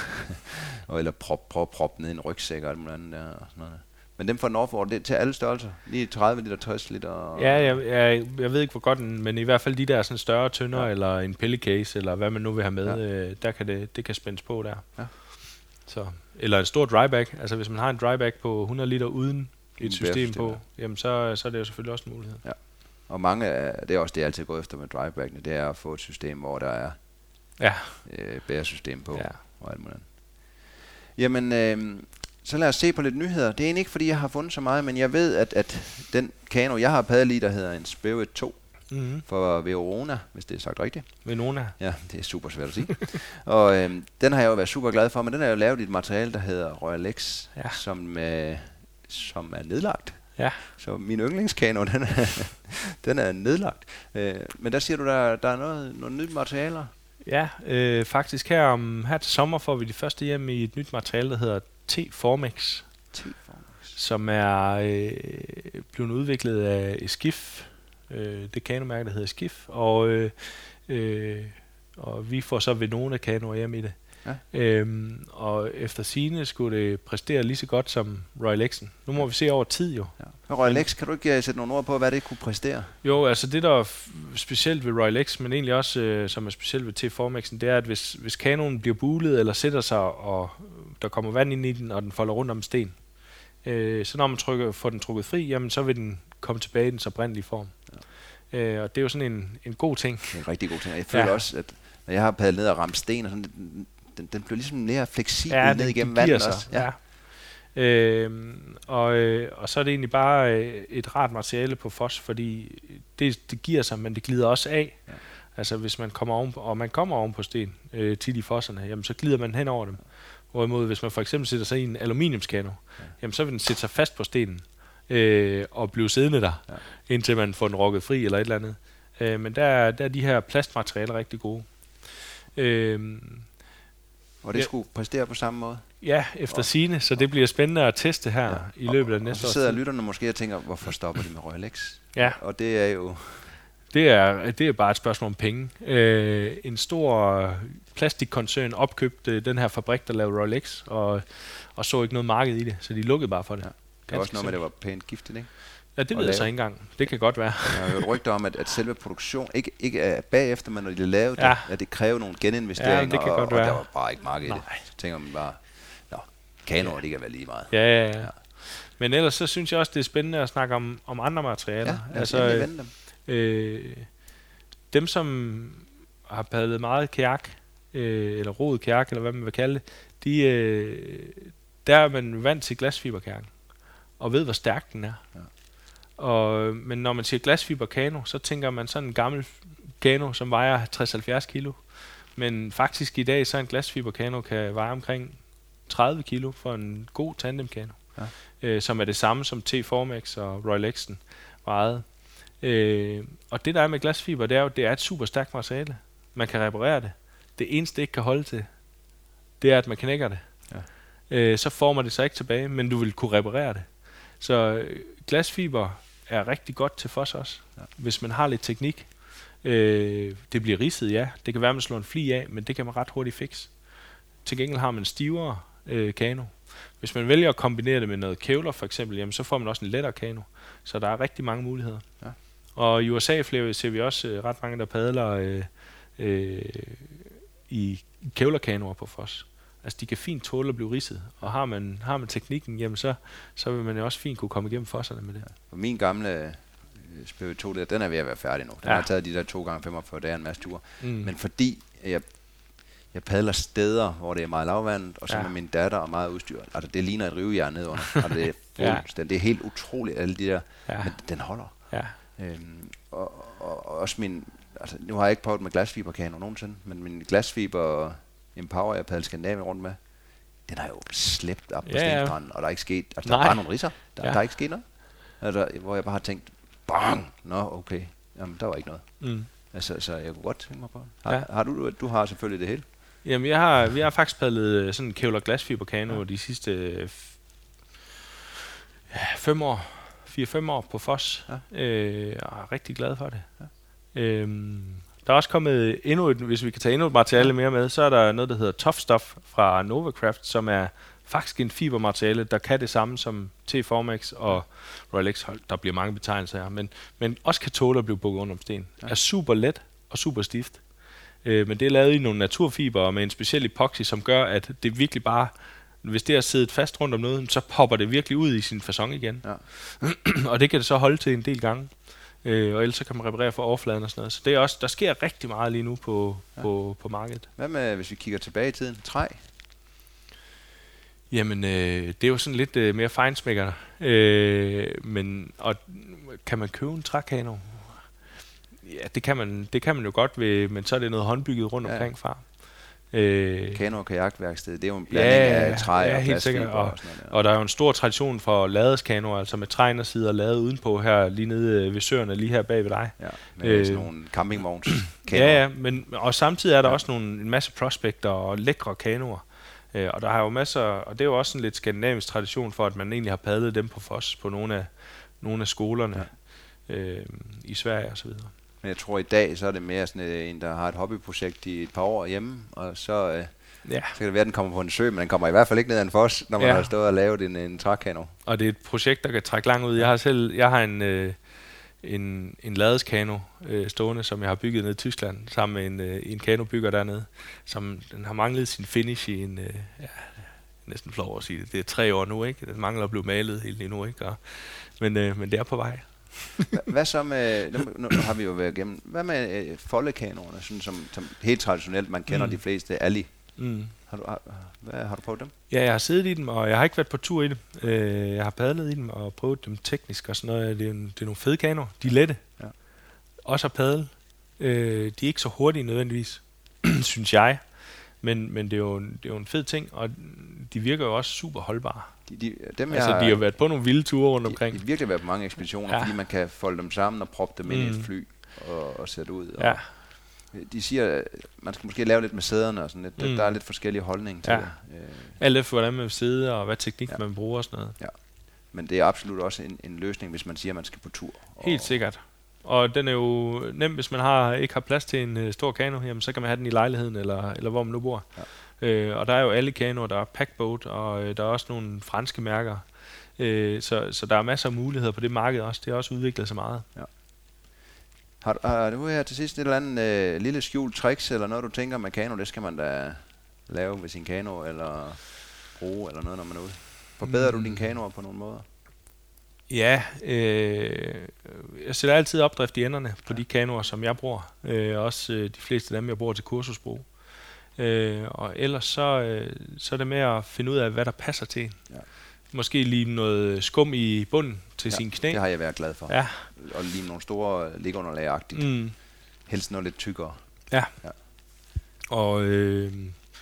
[SPEAKER 1] og eller prop, prop, prop ned i en rygsæk og alt muligt andet der og sådan noget. Men dem fra Northwood, det er til alle størrelser. Lige tredive liter, tres liter.
[SPEAKER 2] Ja, jeg, jeg, jeg ved ikke hvor godt, men i hvert fald de der sådan større tønder, ja. eller en pillecase, eller hvad man nu vil have med, ja. øh, der kan det, det kan spændes på der. Ja. Så, eller en stor drybag. Altså hvis man har en drybag på hundrede liter uden et system på, ja. jamen så, så er det jo selvfølgelig også en mulighed. Ja.
[SPEAKER 1] Og mange af, det er også det, jeg altid går efter med drybagene, det er at få et system, hvor der er
[SPEAKER 2] ja.
[SPEAKER 1] øh, bæresystem på. Ja. Og alt muligt. Jamen, øh, så lad os se på lidt nyheder. Det er egentlig ikke, fordi jeg har fundet så meget, men jeg ved, at, at den kano, jeg har padlet i, der hedder en Spirit to, mm-hmm. for Verona, hvis det er sagt rigtigt.
[SPEAKER 2] Verona.
[SPEAKER 1] Ja, det er super svært at sige. Og øh, den har jeg jo været super glad for, men den er jo lavet i et materiale, der hedder Royal X, ja. som, øh, som er nedlagt. Ja. Så min yndlingskano, den er, den er nedlagt. Øh, men der siger du, der, der er noget, nogle nye materialer?
[SPEAKER 2] Ja, øh, faktisk her, om, her til sommer får vi de første hjem i et nyt materiale, der hedder T-Formex. T-Formex. Som er øh, blevet udviklet af Eskif, øh, det kanomærke, der hedder Eskif. Og, øh, øh, og vi får så Venona kanoer hjem i det. Ja. Øhm, og efter sigende skulle det præstere lige så godt som Royal X'en. Nu må vi se over tid jo.
[SPEAKER 1] Ja. Royal X, kan du ikke sætte nogle ord på, hvad det kunne præstere?
[SPEAKER 2] Jo, altså det der er f- specielt ved Royal X, men egentlig også øh, som er specielt ved T-Formexen, det er, at hvis, hvis kanonen bliver bulet eller sætter sig, og der kommer vand ind i den, og den folder rundt om en sten, øh, så når man trykker, får den trukket fri, jamen så vil den komme tilbage i dens oprindelige form. Ja. Øh, og det er jo sådan en, en god ting.
[SPEAKER 1] Det er en rigtig god ting. Jeg føler ja. også, at når jeg har padlet ned og ramt sten, og sådan, den, den blev ligesom mere fleksibel ja, ned igennem vandet også. Ja. Ja.
[SPEAKER 2] Øhm, og, øh, og så er det egentlig bare øh, et rart materiale på Foss, fordi det, det giver sig, men det glider også af. Ja. Altså hvis man kommer oven på, og man kommer oven på sten øh, tit i fosserne, jamen så glider man hen over dem. Hvorimod hvis man for eksempel sætter sig i en aluminiumskano, ja. jamen så vil den sætte sig fast på stenen øh, og blive siddende der, ja. indtil man får den rokket fri eller et eller andet. Øh, men der, der er de her plastmaterialer rigtig gode. Øh,
[SPEAKER 1] Og det ja. skulle præstere på samme måde?
[SPEAKER 2] Ja, efter sigende, så det bliver spændende at teste her ja. i løbet af næste år.
[SPEAKER 1] Og så sidder lytterne måske og tænker, hvorfor stopper de med Royal X?
[SPEAKER 2] Ja.
[SPEAKER 1] Og det er jo...
[SPEAKER 2] Det er, det er bare et spørgsmål om penge. Øh, en stor plastikkoncern opkøbte den her fabrik, der lavede Royal X, og, og så ikke noget marked i det, så de lukkede bare for det. Ja.
[SPEAKER 1] Det var også noget med, det var pænt giftigt, ikke?
[SPEAKER 2] Ja, det ved jeg så ikke engang. Det kan godt være.
[SPEAKER 1] Jeg har hørt rygter om, at, at selve produktion, ikke, ikke er bagefter, men når de lavede ja. det, at det kræver nogle geninvesteringer,
[SPEAKER 2] ja, det kan
[SPEAKER 1] og,
[SPEAKER 2] godt
[SPEAKER 1] og
[SPEAKER 2] være.
[SPEAKER 1] der var bare ikke marked i det. Så tænker man bare, nå, kanoer, ja. det kan være lige meget.
[SPEAKER 2] Ja, ja, ja, ja. Men ellers så synes jeg også, det er spændende at snakke om, om andre materialer.
[SPEAKER 1] Ja, altså, øh, dem.
[SPEAKER 2] Øh, dem, som har padlet meget kajak, øh, eller rodet kajak, eller hvad man vil kalde det, de, øh, der er man vant til glasfiberkajakken, og ved, hvor stærk den er. Ja. Og, men når man siger glasfiberkano, så tænker man sådan en gammel kano, som vejer tres til halvfjerds kilo. Men faktisk i dag, så en glasfiberkano kan veje omkring tredive kilo for en god tandemkano. Ja. Øh, som er det samme som T-Formex og Royal X'en vejede. Øh, og det der er med glasfiber, det er jo, det er et super stærkt materiale. Man kan reparere det. Det eneste, det ikke kan holde til, det er, at man knækker det. Ja. Øh, så former det sig ikke tilbage, men du vil kunne reparere det. Så øh, glasfiber er rigtig godt til Foss også, ja. hvis man har lidt teknik. Øh, det bliver ridset, ja. Det kan være, at man slår en fli af, men det kan man ret hurtigt fikse. Til gengæld har man stivere øh, kano. Hvis man vælger at kombinere det med noget kævler for eksempel, jamen, så får man også en lettere kano. Så der er rigtig mange muligheder. Ja. Og i U S A ser vi også øh, ret mange, der padler øh, øh, i kævlerkanoer på Foss. Altså, de kan fint tåle at blive ridset, og har man, har man teknikken, jamen så, så vil man jo også fint kunne komme igennem fosserne med det.
[SPEAKER 1] Ja. Min gamle øh, Spirit to, der, den er ved at være færdig nu. Den ja. har taget de der to gange femogfyrre dage en masse ture. Mm. Men fordi jeg, jeg padler steder, hvor det er meget lavvandet, og så ja. med min datter og meget udstyr. Altså, det ligner et rivejern nedenunder, og det er fuldstændig. Det er helt utroligt, alle de der, ja. men den holder. Ja. Øhm, og, og, og også min, altså nu har jeg ikke prøvet med glasfiberkano nogensinde, men min glasfiber Empower, jeg padler Skandinavien rundt med, den har jo slæbt op på ja, stenstranden, og der er ikke sket, altså Nej. der er bare nogle ridser, der, ja. der er ikke sket noget. Altså, hvor jeg bare har tænkt, bang, nå okay, jamen der var ikke noget. Mm. Altså, så jeg kunne godt tænke mig på. Har, ja. har du, du har selvfølgelig det hele?
[SPEAKER 2] Jamen jeg har, vi har faktisk padlet sådan en kævler glasfiberkano ja. de sidste f- ja, fem år, fire-fem år på Foss, ja. øh, og er rigtig glad for det. Ja. Øhm, Der er også kommet endnu et, hvis vi kan tage endnu et materiale mere med, så er der noget, der hedder Tough Stuff fra Novacraft, som er faktisk en fibermateriale, der kan det samme som T-Formex og Royal X. Der bliver mange betegnelser her, men, men også kan tåle at blive bukket rundt om sten. Ja. Er super let og super stift. Øh, men det er lavet i nogle naturfiber med en speciel epoxy, som gør, at det virkelig bare, hvis det er siddet fast rundt om noget, så popper det virkelig ud i sin facon igen. Ja. Og det kan det så holde til en del gange. Øh, og ellers så kan man reparere for overfladen og sådan noget. Så det er også, der sker rigtig meget lige nu på, ja. på, på markedet.
[SPEAKER 1] Hvad med, hvis vi kigger tilbage i tiden? Træ?
[SPEAKER 2] Jamen, øh, det er jo sådan lidt øh, mere feinsmækker. Øh, men og kan man købe en trækano? Ja, det kan man, det kan man jo godt ved, men så er det noget håndbygget rundt ja. omkring fra.
[SPEAKER 1] Øh, Kano- og kajakværksted, det er jo en blanding ja, af træ ja, og plastik.
[SPEAKER 2] Og, og, og der er jo en stor tradition for ladeskanoer, altså med træindersider lavet udenpå her, lige nede ved søerne, lige her bag ved dig.
[SPEAKER 1] Ja, med øh, sådan nogle campingvogns.
[SPEAKER 2] Ja, ja, men og samtidig er der ja. også nogle, en masse prospekter og lækre kanoer. Øh, og der har jo masser, og det er jo også en lidt skandinavisk tradition for, at man egentlig har padlet dem på Foss på nogle af, nogle af skolerne ja. øh, i Sverige og så videre.
[SPEAKER 1] Men jeg tror i dag, så er det mere sådan en, der har et hobbyprojekt i et par år hjemme, og så, øh, ja. så kan det være, at den kommer på en sø, men den kommer i hvert fald ikke ned ad en foss, når man ja. har stået og lavet en, en trækano.
[SPEAKER 2] Og det er et projekt, der kan trække langt ud. Jeg har selv, jeg har en, øh, en, en ladeskano øh, stående, som jeg har bygget ned i Tyskland, sammen med en, øh, en kanobygger dernede, som den har manglet sin finish i en, øh, ja, næsten flov at sige det, det er tre år nu, ikke? Den mangler at blive malet helt endnu, ikke? Og, men, øh, men det er på vej.
[SPEAKER 1] Hvad så med, nu, nu har vi jo været igennem, hvad med øh, foldekanoerne, sådan som, som helt traditionelt, man kender mm. de fleste, Ali? Mm. Har, du, har, hvad, har du prøvet dem?
[SPEAKER 2] Ja, jeg har siddet i dem, og jeg har ikke været på tur i dem. Øh, jeg har padlet i dem og prøvet dem teknisk og sådan noget. Det er, en, det er nogle fede kanoer. De er lette. Ja. Også at padle. Øh, de er ikke så hurtige nødvendigvis, synes jeg. Men, men det, er jo en, det er jo en fed ting, og de virker jo også super holdbare. De, de, dem altså, har, de har været på nogle vilde ture rundt omkring.
[SPEAKER 1] De har virkelig været på mange ekspeditioner, ja. fordi man kan folde dem sammen og proppe dem mm. ind i et fly og, og sætte ud. Og ja. De siger, at man skal måske lave lidt med sæderne og sådan lidt. Mm. Der er lidt forskellige holdninger til
[SPEAKER 2] ja.
[SPEAKER 1] det.
[SPEAKER 2] Alt efter, hvordan man vil sidde og hvad teknik ja. man bruger og sådan noget.
[SPEAKER 1] Ja. Men det er absolut også en, en løsning, hvis man siger, at man skal på tur.
[SPEAKER 2] Helt sikkert. Og den er jo nem, hvis man har ikke har plads til en uh, stor kano, jamen, så kan man have den i lejligheden, eller, eller hvor man nu bor. Ja. Øh, og der er jo alle kanoer, der er packboat, og øh, der er også nogle franske mærker. Øh, så, så der er masser af muligheder på det marked også. Det har også udviklet sig meget. Ja.
[SPEAKER 1] Har, har du her til sidst et eller andet øh, lille skjult tricks, eller noget du tænker med kano, det skal man da lave med sin kano, eller bruge, eller noget, når man er ude? Forbedrer mm. du dine kanoer på nogle måder?
[SPEAKER 2] Ja, øh, jeg sætter altid opdrift i enderne på ja. de kanoer, som jeg bruger. Øh, også øh, de fleste af dem, jeg bruger til kursusbrug. Øh, og ellers så, øh, så er det med at finde ud af, hvad der passer til en. Ja. Måske lige noget skum i bunden til ja, sin knæ.
[SPEAKER 1] Det har jeg været glad for.
[SPEAKER 2] Ja.
[SPEAKER 1] Og lige nogle store ligunderlag-agtigt. Mm. Helst noget lidt tykkere.
[SPEAKER 2] Ja. ja. Og øh,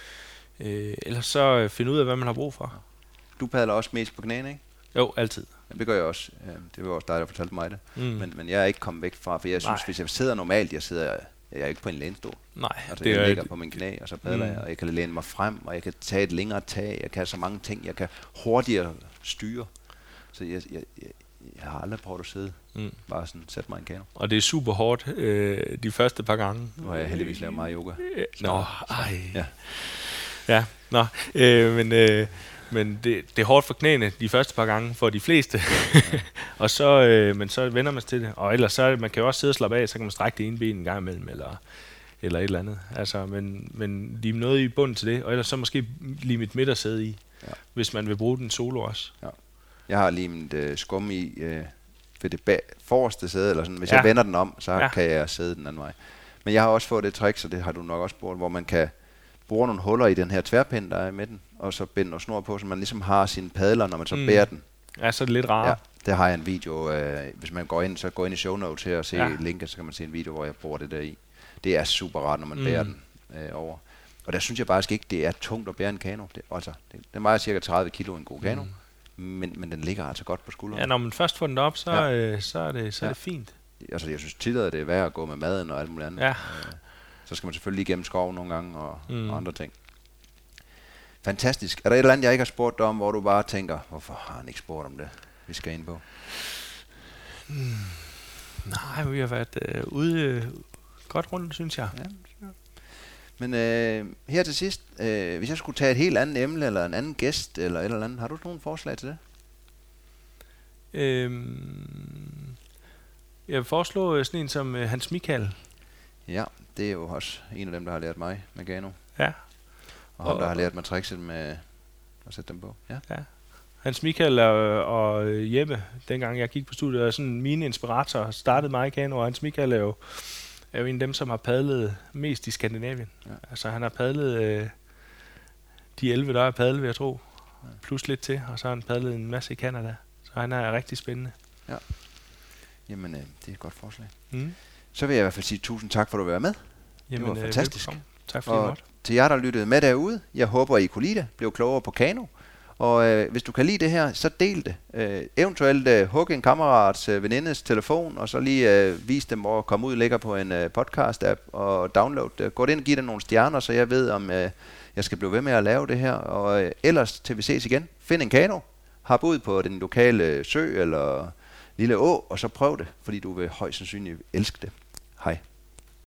[SPEAKER 2] øh, ellers så finde ud af, hvad man har brug for.
[SPEAKER 1] Du padler også mest på knæene, ikke?
[SPEAKER 2] Jo, altid.
[SPEAKER 1] Ja, det gør jeg også. Det var også dig, der fortalte mig det. Mm. Men, men jeg er ikke kommet væk fra, for jeg synes, Nej. hvis jeg sidder normalt, jeg sidder jeg er ikke på en lænestol.
[SPEAKER 2] Nej.
[SPEAKER 1] Altså, det jeg ligger på min knæ, og så padler mm. jeg, og jeg kan læne mig frem, og jeg kan tage et længere tag, jeg kan så mange ting, jeg kan hurtigere styre. Så jeg, jeg, jeg, jeg har aldrig prøvet at sidde, mm. bare sådan sætte mig i en kano.
[SPEAKER 2] Og det er super hårdt øh, de første par gange.
[SPEAKER 1] Nu har jeg heldigvis lavet meget yoga.
[SPEAKER 2] Øh, nå, ej. Ja, ja nå, øh, men... Øh, Men det, det er hårdt for knæene de første par gange for de fleste. Ja. og så, øh, men så vender man sig til det. Og ellers så man kan jo også sidde og slappe af, så kan man strække det ene ben en gang imellem, eller, eller et eller andet. Altså, men, men lige noget i bunden til det, og ellers så måske lige mit midtersæde i, ja. hvis man vil bruge den solo også. Ja.
[SPEAKER 1] Jeg har lige mit øh, skum i øh, ved det bag, forreste sæde, eller sådan. Hvis ja. jeg vender den om, så ja. kan jeg sidde den anden vej. Men jeg har også fået det trick, så det har du nok også brugt, hvor man kan bruge nogle huller i den her tværpind, der er i midten, og så binde noget snor på, så man ligesom har sine padler, når man så mm. bærer den.
[SPEAKER 2] Ja, så er det lidt rarere.
[SPEAKER 1] Ja, det har jeg en video. Øh, hvis man går ind, så går ind i show notes her og se ja. linket, så kan man se en video, hvor jeg bruger det der i. Det er super rart, når man mm. bærer den øh, over. Og der synes jeg faktisk ikke, det er tungt at bære en kano. Det, altså, det, den vejer cirka tredive kilo en god kano, mm. men, men den ligger altså godt på skulderen.
[SPEAKER 2] Ja, når man først får den op, så, ja. øh, så, er, det, så ja. er det fint.
[SPEAKER 1] Altså, jeg synes tit, at det er værd at gå med maden og alt muligt andet. Ja. Øh, så skal man selvfølgelig igennem skoven nogle gange og, mm. og andre ting. Fantastisk. Er der et eller andet, jeg ikke har spurgt dig om, hvor du bare tænker, hvorfor har han ikke spurgt om det, vi skal ind på?
[SPEAKER 2] Hmm. Nej, vi har været øh, ude øh, godt rundt, synes jeg. Ja.
[SPEAKER 1] Men øh, her til sidst, øh, hvis jeg skulle tage et helt andet emne, eller en anden gæst, eller et eller andet, har du nogle forslag til det?
[SPEAKER 2] Øhm, jeg vil foreslå sådan en som øh, Hans Michael.
[SPEAKER 1] Ja, det er jo også en af dem, der har lært mig Megano.
[SPEAKER 2] Ja.
[SPEAKER 1] Og ham, der har lært mig trickset med at sætte dem på. Ja.
[SPEAKER 2] ja. Hans Michael og, og Jeppe, dengang jeg gik på studiet, er sådan mine inspiratorer, startede mig i kano, og Hans Michael er jo, er jo en af dem, som har padlet mest i Skandinavien. Ja. Altså han har padlet øh, de elleve, der er padlet, vil jeg tro. plus lidt til, og så har han padlet en masse i Canada. Så han er rigtig spændende.
[SPEAKER 1] Ja. Jamen, øh, det er et godt forslag.
[SPEAKER 2] Mm.
[SPEAKER 1] Så vil jeg i hvert fald sige tusind tak, for at du var med.
[SPEAKER 2] Jamen,
[SPEAKER 1] det var fantastisk.
[SPEAKER 2] Velkommen. Tak fordi
[SPEAKER 1] og til jer, der lyttede med derude, jeg håber, I kunne lide det, blev klogere på kano. Og øh, hvis du kan lide det her, så del det. Øh, eventuelt øh, hug en kammerats øh, venindes telefon, og så lige øh, vis dem, hvor komme ud ligger på en øh, podcast-app og download det. Gå ind og giv dem nogle stjerner, så jeg ved, om øh, jeg skal blive ved med at lave det her. Og øh, ellers til vi ses igen, find en kano, hop ud på den lokale sø eller lille å, og så prøv det, fordi du vil højst sandsynligt elske det. Hej.